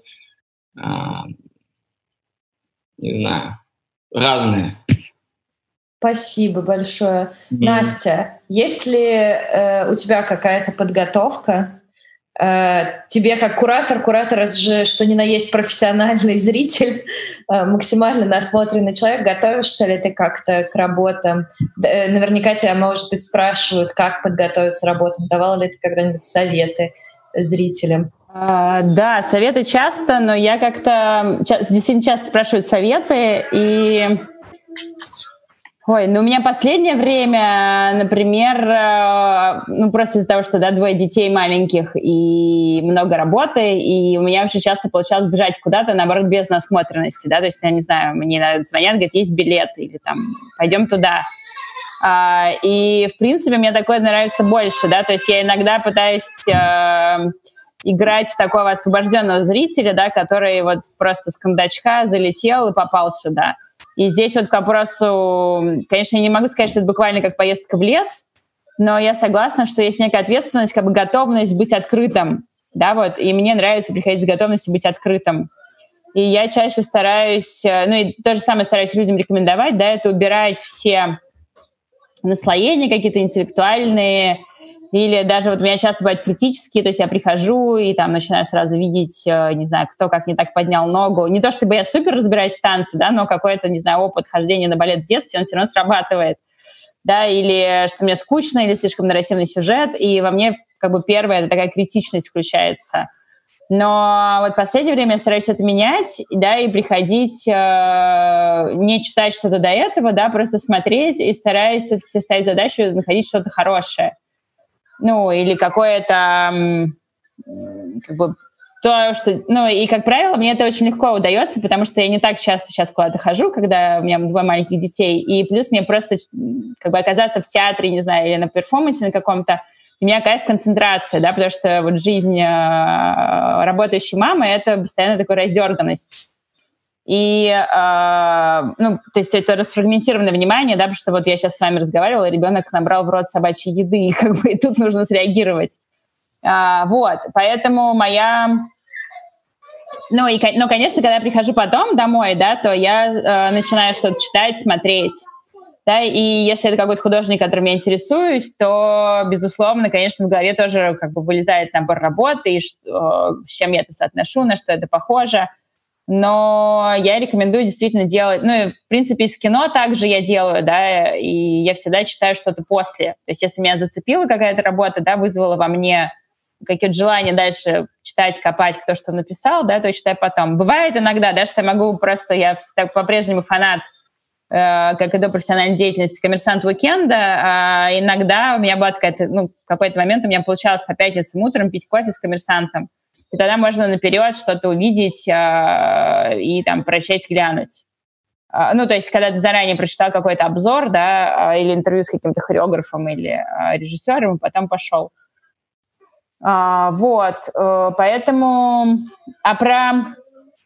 не знаю, разные. Спасибо большое. Настя, есть ли у тебя какая-то подготовка? Тебе как куратор же, что ни на есть профессиональный зритель, максимально насмотренный человек, готовишься ли ты как-то к работам? Наверняка тебя, может быть, спрашивают, как подготовиться к работам. Давала ли ты когда-нибудь советы зрителям? Да, советы часто, но я как-то действительно часто спрашивают советы, и... у меня последнее время, например, просто из-за того, что, 2 детей маленьких и много работы, и у меня очень часто получалось бежать куда-то, наоборот, без насмотренности, да, то есть, я не знаю, мне звонят, говорят, есть билет, или там, пойдем туда. И, в принципе, мне такое нравится больше, да, то есть я иногда пытаюсь играть в такого освобожденного зрителя, да, который вот просто с кондачка залетел и попал сюда. И здесь вот к вопросу, конечно, я не могу сказать, что это буквально как поездка в лес, но я согласна, что есть некая ответственность, как бы готовность быть открытым, да, вот, и мне нравится приходить с готовностью быть открытым. И я чаще стараюсь, и то же самое стараюсь людям рекомендовать, да, это убирать все наслоения какие-то интеллектуальные, или даже вот у меня часто бывают критические, то есть я прихожу и там начинаю сразу видеть, не знаю, кто как не так поднял ногу. Не то чтобы я супер разбираюсь в танце, да, но какой-то, не знаю, опыт хождения на балет в детстве, он все равно срабатывает. Да, или что мне скучно, или слишком нарративный сюжет, и во мне как бы первая такая критичность включается. Но вот в последнее время я стараюсь это менять, да, и приходить, не читать что-то до этого, да, просто смотреть и стараюсь себе ставить задачу находить что-то хорошее. Ну, или какое-то, как бы, то, что... Ну, и, как правило, мне это очень легко удается, потому что я не так часто сейчас куда-то хожу, когда у меня 2 маленьких детей, и плюс мне просто, как бы, оказаться в театре, не знаю, или на перформансе на каком-то, у меня кайф концентрация, да, потому что вот жизнь работающей мамы — это постоянно такая раздерганность. И, ну, то есть это расфрагментированное внимание, да, потому что вот я сейчас с вами разговаривала, ребенок набрал в рот собачьей еды, и как бы и тут нужно среагировать. Вот, поэтому моя... Ну, конечно, когда я прихожу потом домой, да, то я начинаю что-то читать, смотреть. Да, и если это какой-то художник, которым я интересуюсь, то, безусловно, конечно, в голове тоже как бы вылезает набор работы, и с чем я это соотношу, на что это похоже. Но я рекомендую действительно делать... Ну, и, в принципе, из кино также я делаю, да, и я всегда читаю что-то после. То есть если меня зацепила какая-то работа, да, вызвала во мне какие-то желания дальше читать, копать, кто что написал, да, то я читаю потом. Бывает иногда, да, что я могу просто... Я по-прежнему фанат, как и до профессиональной деятельности, «Коммерсант уикенда», а иногда у меня была какая-то, ну, в какой-то момент у меня получалось по пятницам утром пить кофе с «Коммерсантом». И тогда можно наперед что-то увидеть и там прочесть, глянуть. Ну, то есть, когда ты заранее прочитал какой-то обзор, да, или интервью с каким-то хореографом или режиссером, и потом пошел. Вот, поэтому... А про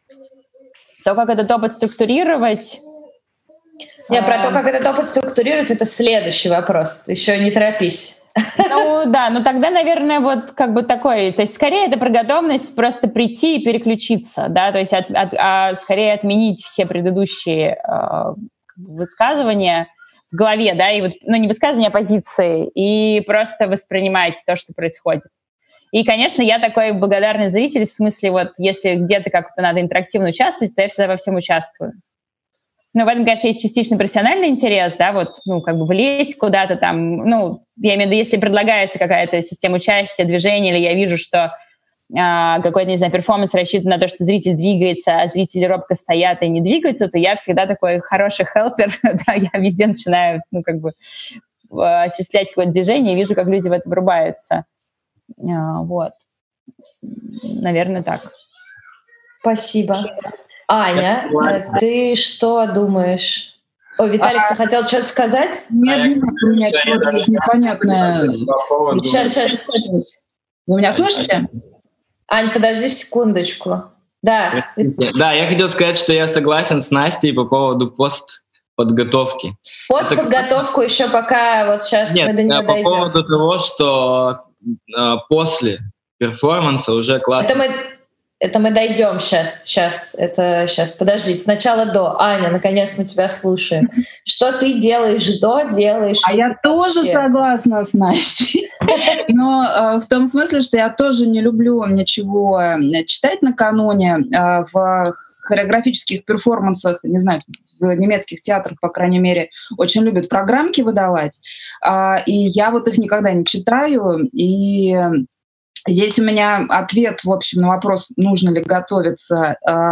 то, как этот опыт структурировать... Нет, про то, как этот опыт структурировать, это следующий вопрос. Еще не торопись. Ну да, ну тогда, наверное, вот как бы такой, то есть скорее это про готовность просто прийти и переключиться, да, то есть скорее отменить все предыдущие высказывания в голове, да, и вот, ну не высказывания, а позиции, и просто воспринимать то, что происходит. И, конечно, я такой благодарный зритель, в смысле, вот если где-то как-то надо интерактивно участвовать, то я всегда во всем участвую. Ну, в этом, конечно, есть частично профессиональный интерес, да, вот, ну, как бы влезть куда-то там, ну, я имею в виду, если предлагается какая-то система участия, движения, или я вижу, что какой-то, не знаю, перформанс рассчитан на то, что зритель двигается, а зрители робко стоят и не двигаются, то я всегда такой хороший хелпер, да, я везде начинаю, ну, как бы осуществлять какое-то движение и вижу, как люди в это врубаются. Вот. Наверное, так. Спасибо. Аня, ты что думаешь? О, Виталик, ты хотел что-то сказать? Нет, у меня что-то есть непонятное. Сейчас. Вы меня слышите? Ань, подожди секундочку. Да. Да, я хотел сказать, что я согласен с Настей по поводу постподготовки. Постподготовку еще пока вот сейчас мы до нее дойдем. По поводу того, что после перформанса уже классно. Это мы дойдем сейчас. Подождите, сначала до. Аня, наконец мы тебя слушаем. Что ты делаешь до, делаешь? А я тоже согласна с Настей. Но в том смысле, что я тоже не люблю ничего читать накануне в хореографических перформансах, не знаю, в немецких театрах, по крайней мере, очень любят программки выдавать. И я вот их никогда не читаю. И здесь у меня ответ, в общем, на вопрос, нужно ли готовиться.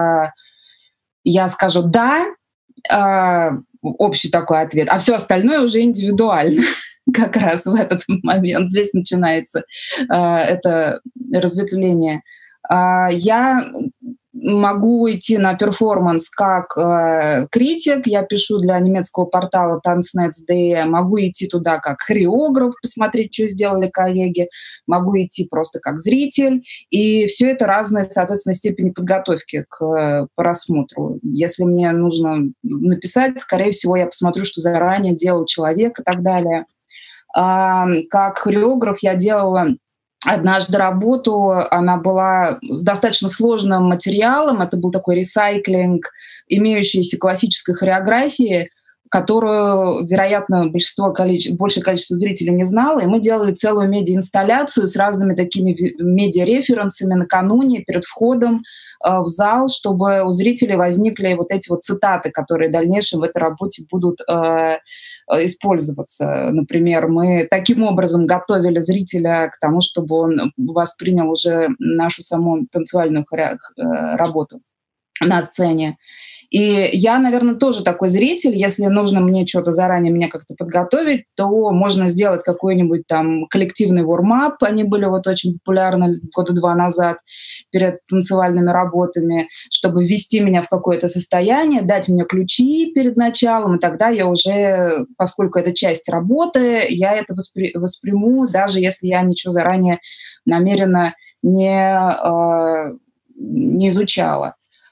Я скажу «да», общий такой ответ, а все остальное уже индивидуально. Как раз в этот момент здесь начинается это разветвление. Я могу идти на перформанс как критик, я пишу для немецкого портала Tanznetz.de, могу идти туда как хореограф, посмотреть, что сделали коллеги, могу идти просто как зритель, и все это разные, соответственно, степени подготовки к просмотру. Если мне нужно написать, скорее всего, я посмотрю, что заранее делал человек и так далее. Как хореограф я делала однажды работу, она была с достаточно сложным материалом, это был такой ресайклинг имеющейся классической хореографии, которую, вероятно, большее количество зрителей не знало, и мы делали целую медиаинсталляцию с разными такими медиареференсами накануне, перед входом в зал, чтобы у зрителей возникли вот эти вот цитаты, которые в дальнейшем в этой работе будут использоваться. Например, мы таким образом готовили зрителя к тому, чтобы он воспринял уже нашу саму танцевальную работу на сцене. И я, наверное, тоже такой зритель. Если нужно мне что-то заранее меня как-то подготовить, то можно сделать какой-нибудь там коллективный warm-up. Они были вот очень популярны года 2 назад перед танцевальными работами, чтобы ввести меня в какое-то состояние, дать мне ключи перед началом, и тогда я уже, поскольку это часть работы, я это восприму, даже если я ничего заранее намеренно не изучала.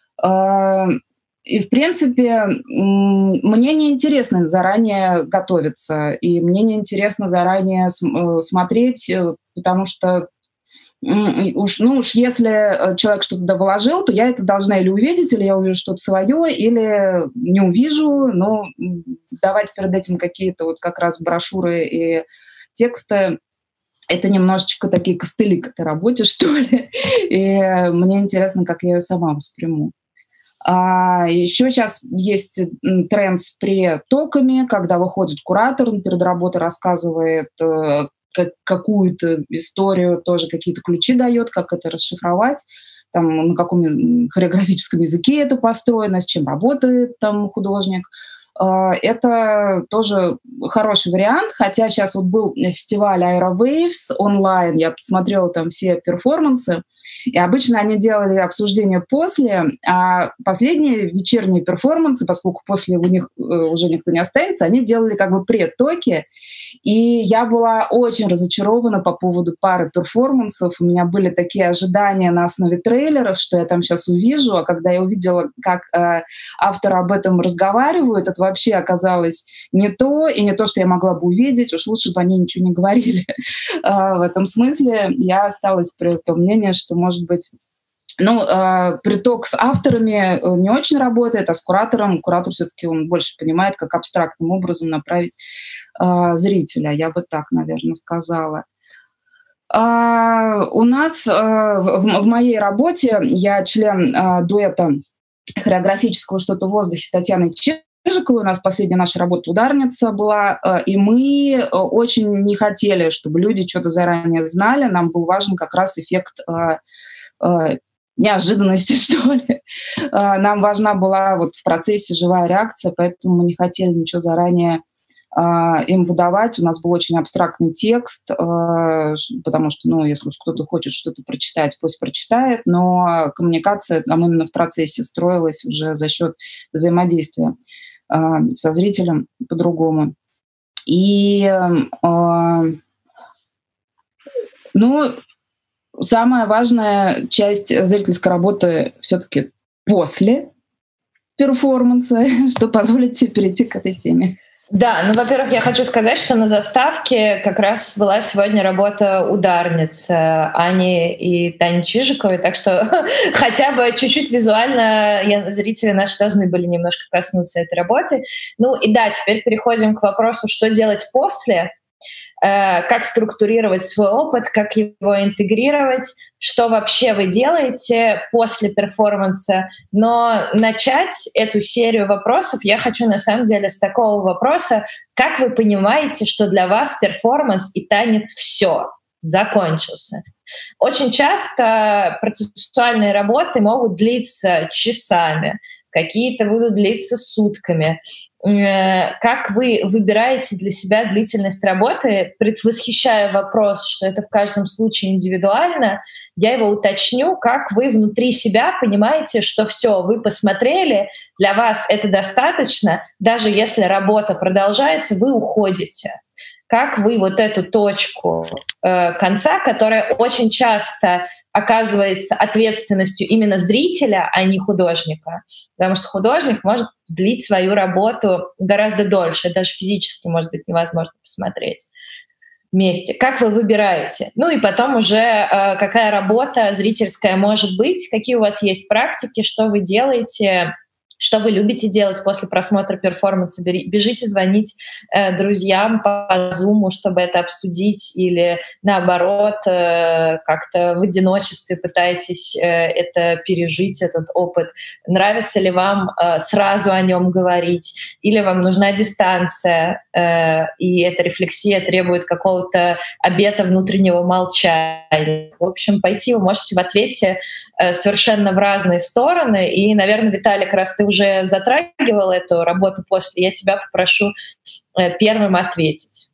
И, в принципе, мне не интересно заранее готовиться, и мне не интересно заранее смотреть, потому что уж если человек что-то туда вложил, то я это должна или увидеть, или я увижу что-то свое, или не увижу, но давать перед этим какие-то вот как раз брошюры и тексты, это немножечко такие костыли к этой работе, что ли, и мне интересно, как я ее сама восприму. Еще сейчас есть тренд с пре-токами, когда выходит куратор, он перед работой рассказывает какую-то историю, тоже какие-то ключи дает, как это расшифровать, там, на каком хореографическом языке это построено, с чем работает там художник. Это тоже хороший вариант, хотя сейчас вот был фестиваль Aerowaves онлайн, я посмотрела там все перформансы, и обычно они делали обсуждение после, а последние вечерние перформансы, поскольку после у них уже никто не останется, они делали как бы пред-токи, и я была очень разочарована по поводу пары перформансов. У меня были такие ожидания на основе трейлеров, что я там сейчас увижу, а когда я увидела, как авторы об этом разговаривают, это вообще оказалось не то, и не то, что я могла бы увидеть, уж лучше бы они ничего не говорили. В этом смысле я осталась при том мнении, что, может быть, приток с авторами не очень работает, а с куратором, куратор все-таки он больше понимает, как абстрактным образом направить зрителя. Я бы так, наверное, сказала. У нас в моей работе я член дуэта хореографического «Что-то в воздухе» с Татьяной Чижиковой. У нас последняя наша работа «Ударница» была, и мы очень не хотели, чтобы люди что-то заранее знали. Нам был важен как раз эффект неожиданности, что ли. Нам важна была вот в процессе живая реакция, поэтому мы не хотели ничего заранее им выдавать. У нас был очень абстрактный текст, потому что, если уж кто-то хочет что-то прочитать, пусть прочитает, но коммуникация там именно в процессе строилась уже за счет взаимодействия со зрителем по-другому. И, самая важная часть зрительской работы все-таки после перформанса, что позволит тебе перейти к этой теме. Да, во-первых, я хочу сказать, что на заставке как раз была сегодня работа ударницы Ани и Тани Чижиковой, так что хотя бы чуть-чуть визуально зрители наши должны были немножко коснуться этой работы. И да, теперь переходим к вопросу, что делать после, как структурировать свой опыт, как его интегрировать, что вообще вы делаете после перформанса. Но начать эту серию вопросов я хочу на самом деле с такого вопроса: как вы понимаете, что для вас перформанс и танец все закончился? Очень часто процессуальные работы могут длиться часами, какие-то будут длиться сутками. Как вы выбираете для себя длительность работы? Предвосхищая вопрос, что это в каждом случае индивидуально, я его уточню: как вы внутри себя понимаете, что все, вы посмотрели, для вас это достаточно, даже если работа продолжается, вы уходите. Как вы вот эту точку конца, которая очень часто оказывается ответственностью именно зрителя, а не художника, потому что художник может длить свою работу гораздо дольше, даже физически, может быть, невозможно посмотреть вместе. Как вы выбираете? И потом уже какая работа зрительская может быть, какие у вас есть практики, что вы делаете, Что вы любите делать после просмотра перформанса? Бежите звонить друзьям по Zoom, чтобы это обсудить, или наоборот, как-то в одиночестве пытаетесь это пережить, этот опыт? Нравится ли вам сразу о нем говорить? Или вам нужна дистанция, и эта рефлексия требует какого-то обета внутреннего молчания? В общем, пойти вы можете в ответе совершенно в разные стороны. И, наверное, Виталик, раз ты уже затрагивал эту работу после, я тебя попрошу первым ответить.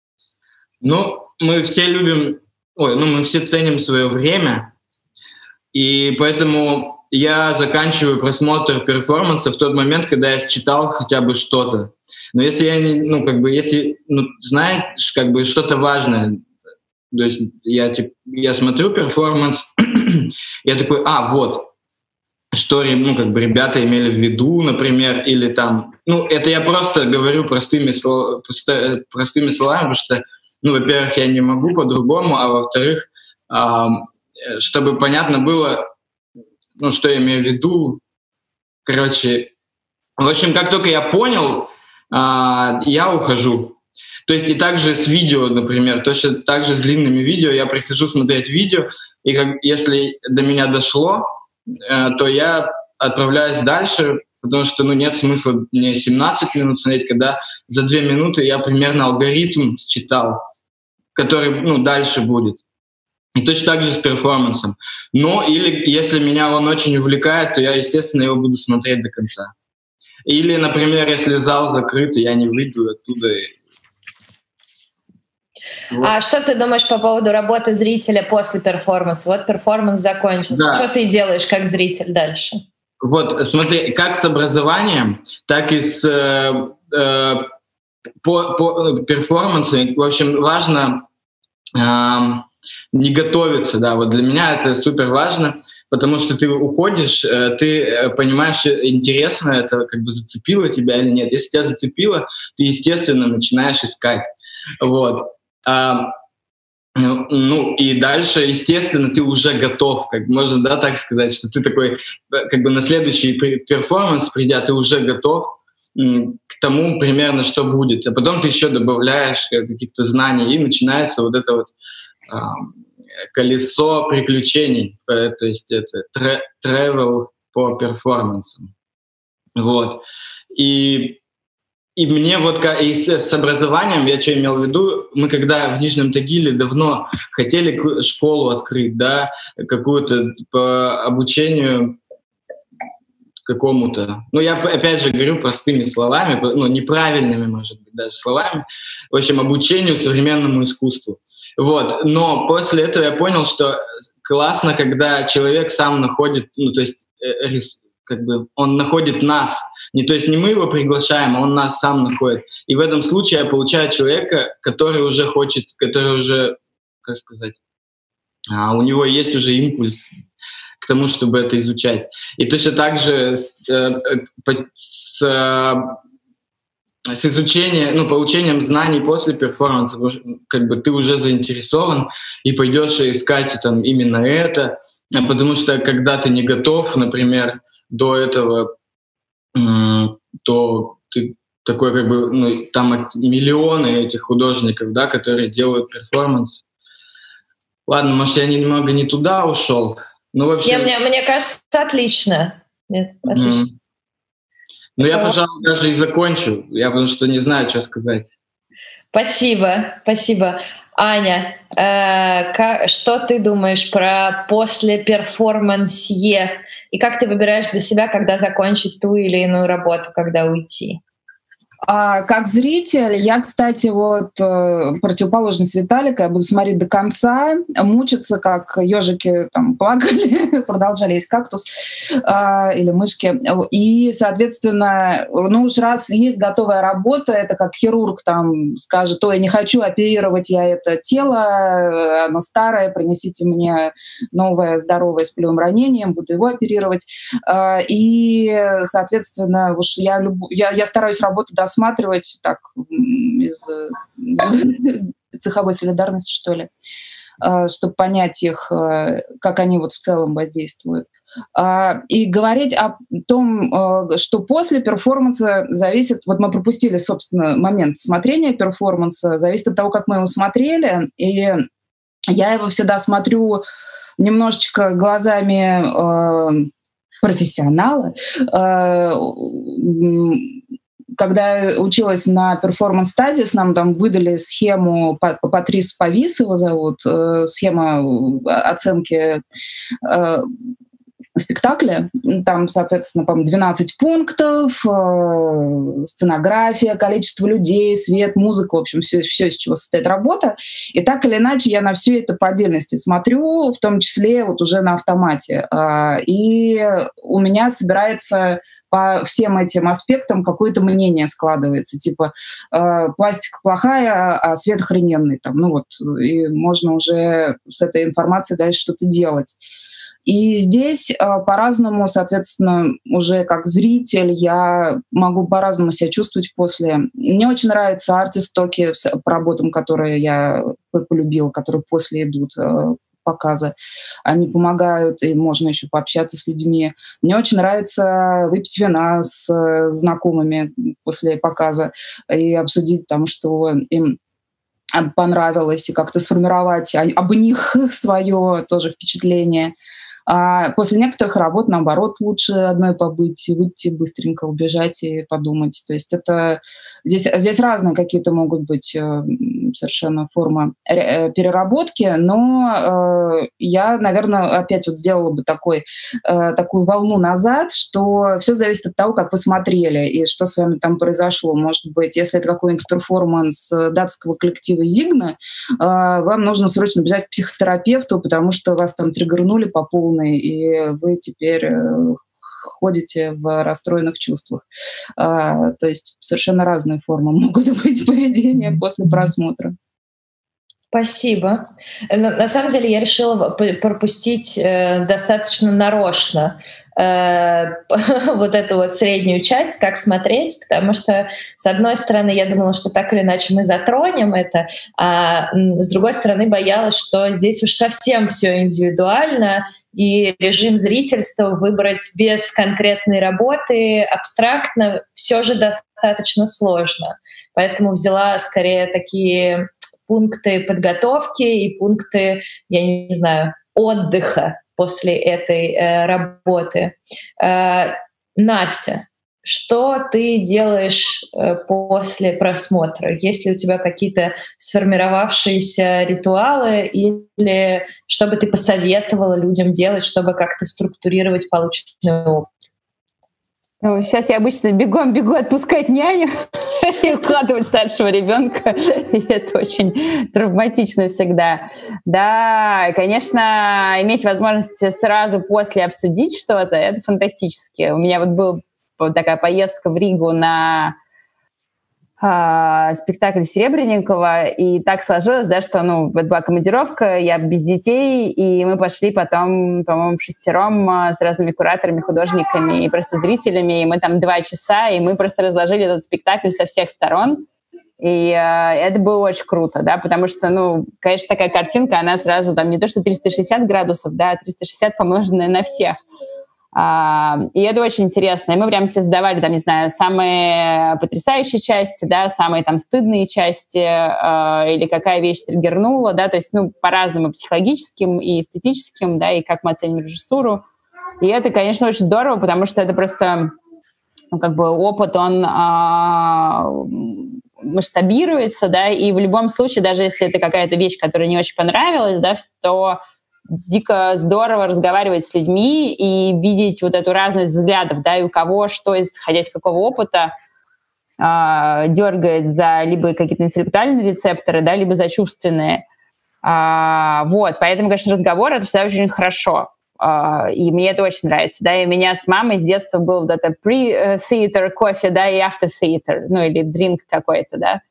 Мы все любим, мы все ценим свое время, и поэтому я заканчиваю просмотр перформанса в тот момент, когда я считал хотя бы что-то. Но если я знаешь, что-то важное, то есть я смотрю перформанс, я такой, что ребята имели в виду, например, или там, это я просто говорю простыми словами, потому что, во-первых, я не могу по-другому, а во-вторых, чтобы понятно было, что я имею в виду. Короче, в общем, как только я понял, я ухожу. То есть и также с видео, например, точно так же с длинными видео, я прихожу смотреть видео, и если до меня дошло, то я отправляюсь дальше, потому что нет смысла мне 17 минут смотреть, когда за 2 минуты я примерно алгоритм считал, который дальше будет. И точно так же с перформансом. Или если меня он очень увлекает, то я, естественно, его буду смотреть до конца. Или, например, если зал закрыт, я не выйду оттуда. А что ты думаешь по поводу работы зрителя после перформанса? Вот перформанс закончился. Да. Что ты делаешь как зритель дальше? Вот, смотри, как с образованием, так и с перформансом. В общем, важно не готовиться. Да, вот для меня это супер важно, потому что ты уходишь, ты понимаешь, интересно это, зацепило тебя или нет. Если тебя зацепило, ты, естественно, начинаешь искать. Вот. И дальше, естественно, ты уже готов, можно, так сказать, что ты такой, на следующий перформанс, придя, ты уже готов к тому примерно, что будет. А потом ты еще добавляешь каких-то знаний, и начинается вот это колесо приключений, то есть это travel по перформансам. Вот. И мне и с образованием, я что имел в виду, мы когда в Нижнем Тагиле давно хотели школу открыть, да, какую-то по обучению какому-то. Я опять же говорю простыми словами, неправильными, может быть, даже словами. В общем, обучению современному искусству. Вот. Но после этого я понял, что классно, когда человек сам находит, он находит нас. То есть не мы его приглашаем, а он нас сам находит. И в этом случае я получаю человека, который уже хочет, который уже, у него есть уже импульс к тому, чтобы это изучать. И точно так же с изучением, получением знаний после перформанса, ты уже заинтересован и пойдешь искать именно это, потому что когда ты не готов, например, до этого, то ты такой там миллионы этих художников, да, которые делают перформанс. Ладно, может, я немного не туда ушел, но вообще... Мне кажется, отлично. Нет, отлично. Я, пожалуй, даже и закончу. Я потому что не знаю, что сказать. Спасибо. Аня, что ты думаешь про после-перформансье? И как ты выбираешь для себя, когда закончить ту или иную работу, когда уйти? Как зритель, я, кстати, противоположность Виталика, я буду смотреть до конца, мучиться, как ежики плакали, продолжали есть кактус или мышки. И, соответственно, уж раз есть готовая работа, это как хирург скажет: ой, не хочу оперировать я это тело, оно старое, принесите мне новое, здоровое, с плевым ранением, буду его оперировать. И, соответственно, уж я стараюсь работу досматривать так из цеховой солидарности, что ли. чтобы понять их, как они вот в целом воздействуют. И говорить о том, что после перформанса зависит... Вот мы пропустили, собственно, момент смотрения перформанса, зависит от того, как мы его смотрели, и я его всегда смотрю немножечко глазами профессионала. Когда училась на Performance Studies, нам там выдали схему, Патрис Павис его зовут, схема оценки спектакля. Там, соответственно, по-моему, 12 пунктов, сценография, количество людей, свет, музыка, в общем, все, из чего состоит работа. И так или иначе я на все это по отдельности смотрю, в том числе вот уже на автомате. И у меня собирается по всем этим аспектам какое-то мнение складывается, типа пластика плохая, а свет охрененный. Там, ну вот, и можно уже с этой информацией дальше что-то делать. И здесь по-разному, соответственно, уже как зритель я могу по-разному себя чувствовать после. Мне очень нравятся арт-истоки по работам, которые я полюбила, которые после идут показа. Они помогают, и можно еще пообщаться с людьми. Мне очень нравится выпить вина с знакомыми после показа и обсудить там, что им понравилось, и как-то сформировать об них свое тоже впечатление. А после некоторых работ, наоборот, лучше одной побыть, выйти быстренько, убежать и подумать. То есть это здесь разные какие-то могут быть совершенно формы переработки, но я, наверное, опять вот сделала бы такую волну назад, что все зависит от того, как вы смотрели и что с вами там произошло. Может быть, если это какой-нибудь перформанс датского коллектива Зигна, вам нужно срочно бежать к психотерапевту, потому что вас там триггернули по полной, и вы теперь ходите в расстроенных чувствах. То есть совершенно разные формы могут быть поведения после просмотра. Спасибо. На самом деле я решила пропустить достаточно нарочно вот эту вот среднюю часть, как смотреть, потому что, с одной стороны, я думала, что так или иначе мы затронем это, а с другой стороны, боялась, что здесь уж совсем все индивидуально, и режим зрительства выбрать без конкретной работы абстрактно все же достаточно сложно. Поэтому взяла скорее такие пункты подготовки и пункты, я не знаю, отдыха после этой работы. Настя, что ты делаешь после просмотра? Есть ли у тебя какие-то сформировавшиеся ритуалы или что бы ты посоветовала людям делать, чтобы как-то структурировать полученный опыт? Ну, сейчас я обычно бегу отпускать няню и укладывать старшего ребенка. И это очень травматично всегда. Да, конечно, иметь возможность сразу после обсудить что-то, это фантастически. У меня вот была такая поездка в Ригу на спектакль Серебренникова, и так сложилось, да, что, это была командировка, я без детей, и мы пошли потом, по-моему, 6 с разными кураторами, художниками и просто зрителями, и мы там 2 часа, и мы просто разложили этот спектакль со всех сторон, и это было очень круто, да, потому что, конечно, такая картинка, она сразу там не то что 360 градусов, да, 360 помноженное на всех. И это очень интересно. И мы прям все задавали, там, не знаю, самые потрясающие части, да, самые там стыдные части, или какая вещь триггернула, да, то есть, по-разному психологическим и эстетическим, да, и как мы оценим режиссуру. И это, конечно, очень здорово, потому что это просто, опыт, он масштабируется, да, и в любом случае, даже если это какая-то вещь, которая не очень понравилась, да, то дико здорово разговаривать с людьми и видеть вот эту разность взглядов, да, и у кого что, исходя из какого опыта, дергает за либо какие-то интеллектуальные рецепторы, да, либо за чувственные. Поэтому, конечно, разговор — это всегда очень хорошо. И мне это очень нравится, да, и у меня с мамой с детства был вот это pre-theater кофе, да, и after-theater, или дринк какой-то, да.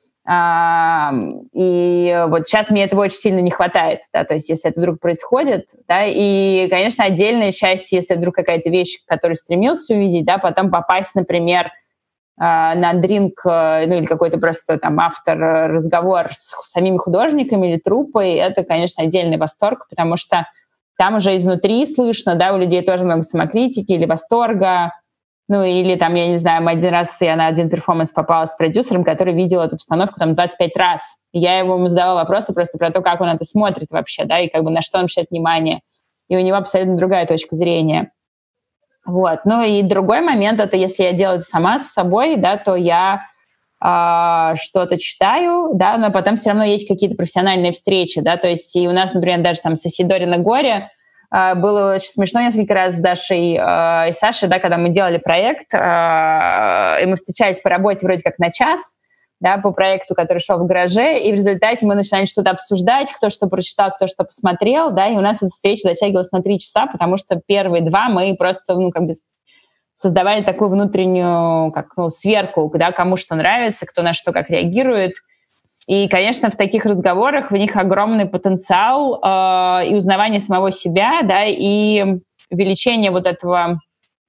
И вот сейчас мне этого очень сильно не хватает, да, то есть если это вдруг происходит, да, и, конечно, отдельное счастье, если вдруг какая-то вещь, которую стремился увидеть, да, потом попасть, например, на дринк, ну или какой-то просто там разговор с самими художниками или труппой, это, конечно, отдельный восторг, потому что там уже изнутри слышно, да, у людей тоже много самокритики или восторга. Ну, или там, я не знаю, я на один перформанс попала с продюсером, который видел эту постановку там 25 раз. И я ему задавала вопросы просто про то, как он это смотрит вообще, да, и как бы на что он обращает внимание. И у него абсолютно другая точка зрения. Вот. Ну, и другой момент, это если я делаю это сама с собой, да, то я что-то читаю, да, но потом все равно есть какие-то профессиональные встречи, да, то есть и у нас, например, даже там с Исидори на горе было очень смешно несколько раз с Дашей и Сашей, да, когда мы делали проект, и мы встречались по работе вроде как на час, да, по проекту, который шел в гараже, и в результате мы начинали что-то обсуждать, кто что прочитал, кто что посмотрел, да, и у нас эта встреча затягивалась на 3 часа, потому что первые 2 мы просто, ну, как бы создавали такую внутреннюю, как, ну, сверку, да, кому что нравится, кто на что как реагирует. И, конечно, в таких разговорах в них огромный потенциал и узнавание самого себя, да, и увеличение вот этого,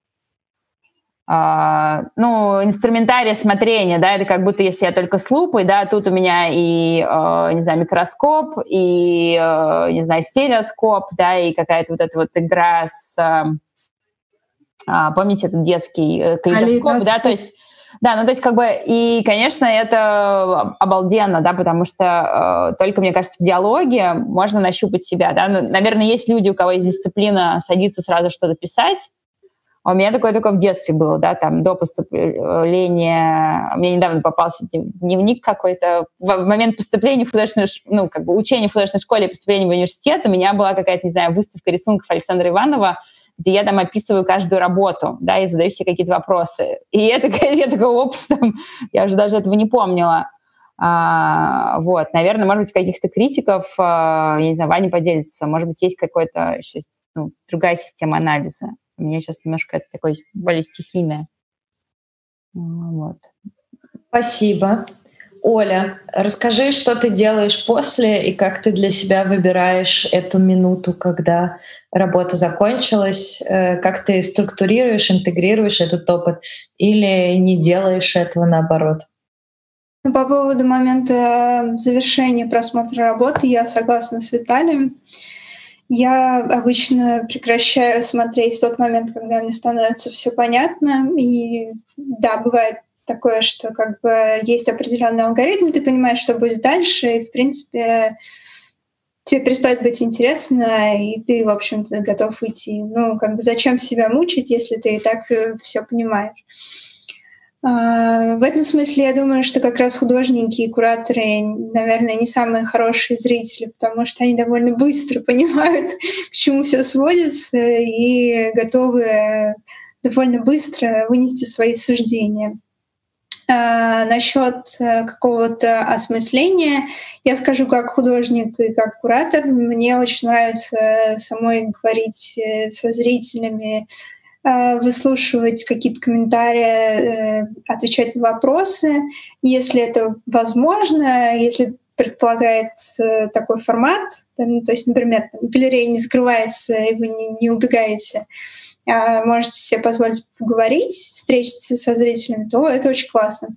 ну, инструментария смотрения, да, это как будто если я только с лупой, да, тут у меня и, не знаю, микроскоп, и, не знаю, стереоскоп, да, и какая-то вот эта вот игра с... помните этот детский калейдоскоп, да, то есть... Да, ну то есть как бы, и, конечно, это обалденно, да, потому что только, мне кажется, в диалоге можно нащупать себя, да. Ну, наверное, есть люди, у кого есть дисциплина садиться сразу что-то писать, а у меня такое только в детстве было, да, там, до поступления, мне недавно попался дневник какой-то, в момент поступления в художественную, ну, как бы учения в художественной школе и поступления в университет, у меня была какая-то, не знаю, выставка рисунков Александра Иванова, где я там описываю каждую работу, да, и задаю себе какие-то вопросы. И это, я такой, опс, там, я уже даже этого не помнила. Вот, наверное, может быть, каких-то критиков, я не знаю, Ваня поделится, может быть, есть какая-то еще, ну, другая система анализа. У меня сейчас немножко это такое более стихийное. Вот. Спасибо. Оля, расскажи, что ты делаешь после и как ты для себя выбираешь эту минуту, когда работа закончилась, как ты структурируешь, интегрируешь этот опыт или не делаешь этого наоборот? По поводу момента завершения просмотра работы я согласна с Виталием. Я обычно прекращаю смотреть в тот момент, когда мне становится все понятно. И да, бывает такое, что как бы есть определенный алгоритм, ты понимаешь, что будет дальше, и, в принципе, тебе перестает быть интересно, и ты, в общем-то, готов уйти. Ну, как бы зачем себя мучить, если ты и так все понимаешь? В этом смысле я думаю, что как раз художники и кураторы, наверное, не самые хорошие зрители, потому что они довольно быстро понимают, к чему все сводится, и готовы довольно быстро вынести свои суждения. Насчет какого-то осмысления, я скажу как художник и как куратор, мне очень нравится самой говорить со зрителями, выслушивать какие-то комментарии, отвечать на вопросы, если это возможно, если предполагается такой формат, ну, то есть, например, галерея не закрывается, и вы не убегаете, можете себе позволить поговорить, встретиться со зрителями, то это очень классно.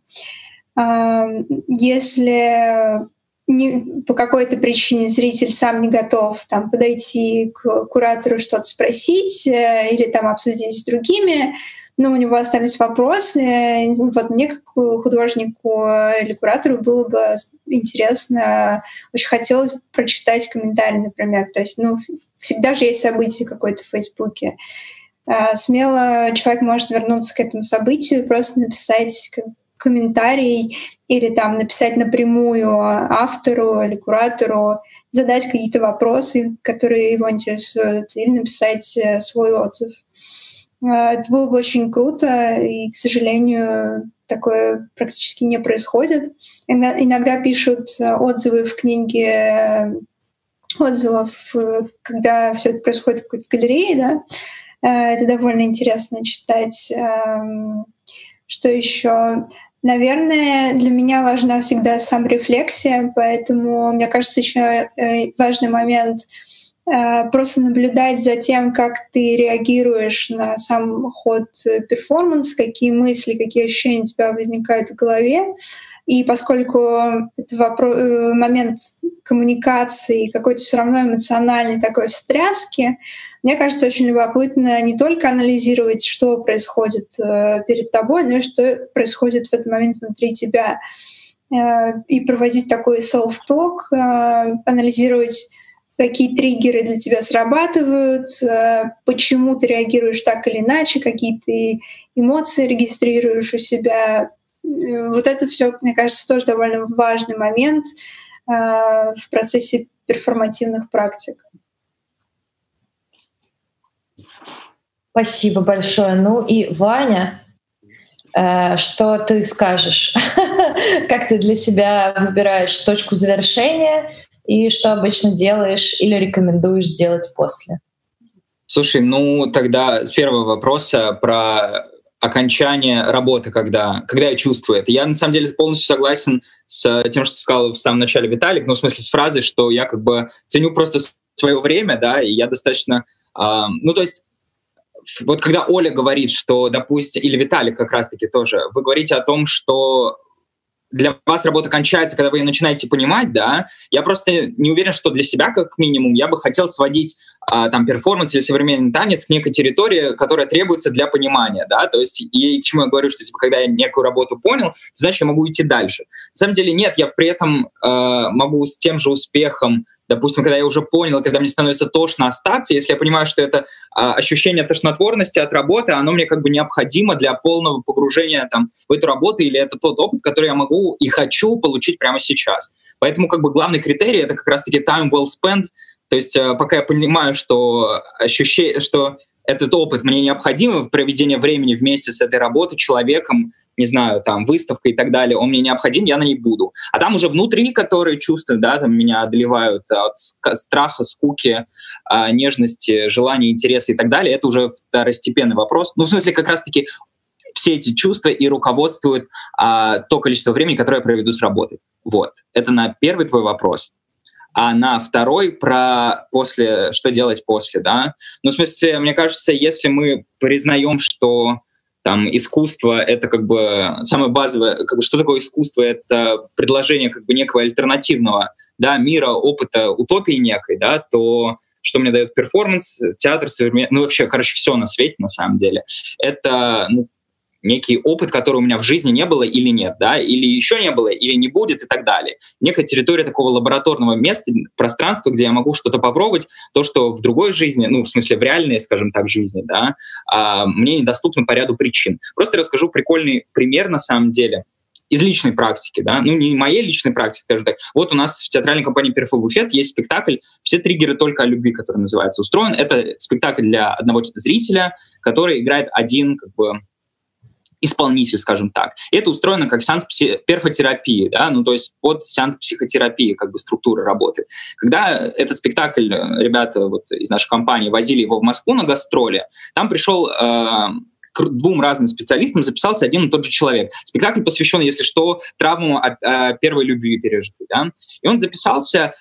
Если по какой-то причине зритель сам не готов там, подойти к куратору, что-то спросить или там обсудить с другими, но у него остались вопросы, вот мне как художнику или куратору было бы интересно, очень хотелось прочитать комментарий, например. То есть, ну, всегда же есть событие какое-то в Фейсбуке. Смело человек может вернуться к этому событию и просто написать комментарий или там написать напрямую автору или куратору, задать какие-то вопросы, которые его интересуют, или написать свой отзыв. Это было бы очень круто, и, к сожалению, такое практически не происходит. Иногда пишут отзывы в книге отзывов, когда все это происходит в какой-то галерее, да. Это довольно интересно читать. Что еще? Наверное, для меня важна всегда саморефлексия, поэтому, мне кажется, еще важный момент просто наблюдать за тем, как ты реагируешь на сам ход перформанса, какие мысли, какие ощущения у тебя возникают в голове. И поскольку это момент коммуникации, какой-то все равно эмоциональной такой встряски, мне кажется, очень любопытно не только анализировать, что происходит перед тобой, но и что происходит в этот момент внутри тебя. И проводить такой self-talk, анализировать, какие триггеры для тебя срабатывают, почему ты реагируешь так или иначе, какие ты эмоции регистрируешь у себя. Вот это все, мне кажется, тоже довольно важный момент в процессе перформативных практик. Спасибо большое. Ну и Ваня, что ты скажешь? Как ты для себя выбираешь точку завершения и что обычно делаешь или рекомендуешь делать после? Слушай, ну тогда с первого вопроса про окончание работы, когда я чувствую это. Я на самом деле полностью согласен с тем, что сказал в самом начале Виталик, ну в смысле с фразой, что я как бы ценю просто свое время, да, и я достаточно... ну то есть вот когда Оля говорит, что, допустим, или Виталик как раз-таки тоже, вы говорите о том, что для вас работа кончается, когда вы ее начинаете понимать, да, я просто не уверен, что для себя, как минимум, я бы хотел сводить там перформанс или современный танец к некой территории, которая требуется для понимания, да, то есть и к чему я говорю, что типа, когда я некую работу понял, значит, я могу идти дальше. На самом деле нет, я при этом могу с тем же успехом, допустим, когда я уже понял, когда мне становится тошно остаться, если я понимаю, что это ощущение тошнотворности от работы, оно мне как бы необходимо для полного погружения там, в эту работу, или это тот опыт, который я могу и хочу получить прямо сейчас. Поэтому как бы главный критерий — это как раз-таки time well spent, то есть пока я понимаю, что что этот опыт мне необходим, проведение времени вместе с этой работой, человеком, не знаю, там, выставкой и так далее, он мне необходим, я на ней буду. А там уже внутри, которые чувства, да, там меня одолевают от страха, скуки, нежности, желания, интереса и так далее, это уже второстепенный вопрос. Ну, в смысле, как раз-таки все эти чувства и руководствуют то количество времени, которое я проведу с работой. Вот. Это на первый твой вопрос. А на второй про после, что делать после, да? Ну, в смысле, мне кажется, если мы признаем, что там искусство — это как бы самое базовое, как бы, что такое искусство? Это предложение как бы некого альтернативного, да, мира, опыта, утопии некой, да, то что мне дает перформанс, театр, современный, ну вообще, короче, все на свете на самом деле. Это некий опыт, который у меня в жизни не было или нет, да, или еще не было, или не будет и так далее. Некая территория такого лабораторного места, пространства, где я могу что-то попробовать, то, что в другой жизни, ну, в смысле, в реальной, скажем так, жизни, да, мне недоступно по ряду причин. Просто расскажу прикольный пример, на самом деле, из личной практики, да, ну, не моей личной практики, скажем так. Вот у нас в театральной компании «Перфе Буфет» есть спектакль «Все триггеры только о любви», который называется, устроен. Это спектакль для одного зрителя, который играет один, как бы, исполнитель, скажем так. И это устроено как сеанс перфотерапии, да, ну то есть под сеанс психотерапии как бы структура работы. Когда этот спектакль ребята вот из нашей компании возили его в Москву на гастроли, там пришел к двум разным специалистам записался один и тот же человек. Спектакль посвящен, если что, травмам первой любви пережитой, да. И он записался.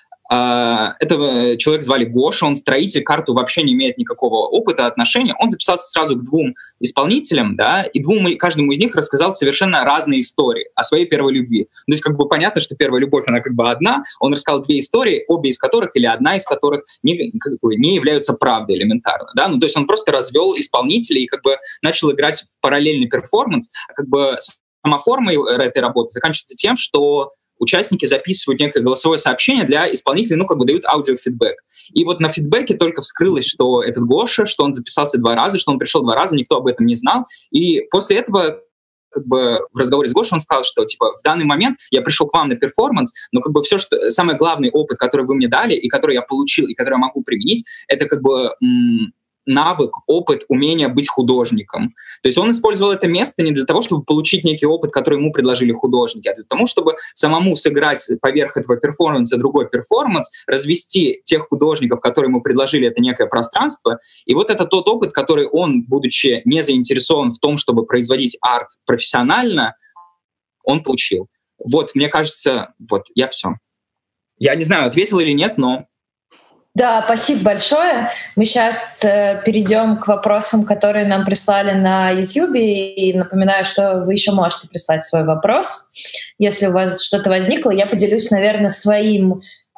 Этого человека звали Гоша, он строитель, карту вообще не имеет никакого опыта, отношения. Он записался сразу к двум исполнителям, да, и каждому из них рассказал совершенно разные истории о своей первой любви. То есть как бы понятно, что первая любовь, она как бы одна, он рассказал две истории, обе из которых или одна из которых не являются правдой элементарно, да, ну то есть он просто развел исполнителей и как бы начал играть в параллельный перформанс, а как бы сама форма этой работы заканчивается тем, что участники записывают некое голосовое сообщение для исполнителей, ну, как бы дают аудиофидбэк. И вот на фидбэке только вскрылось, что этот Гоша, что он записался 2 раза, что он пришел 2 раза, никто об этом не знал. И после этого как бы в разговоре с Гошей он сказал, что типа в данный момент я пришел к вам на перформанс, но как бы все, что самый главный опыт, который вы мне дали и который я получил и который я могу применить, это как бы навык, опыт, умение быть художником. То есть он использовал это место не для того, чтобы получить некий опыт, который ему предложили художники, а для того, чтобы самому сыграть поверх этого перформанса другой перформанс, развести тех художников, которые ему предложили это некое пространство. И вот это тот опыт, который он, будучи не заинтересован в том, чтобы производить арт профессионально, он получил. Вот, мне кажется, вот, я все. Я не знаю, ответил или нет, но... Да, спасибо большое. Мы сейчас перейдем к вопросам, которые нам прислали на YouTube. И напоминаю, что вы еще можете прислать свой вопрос. Если у вас что-то возникло, я поделюсь, наверное, своим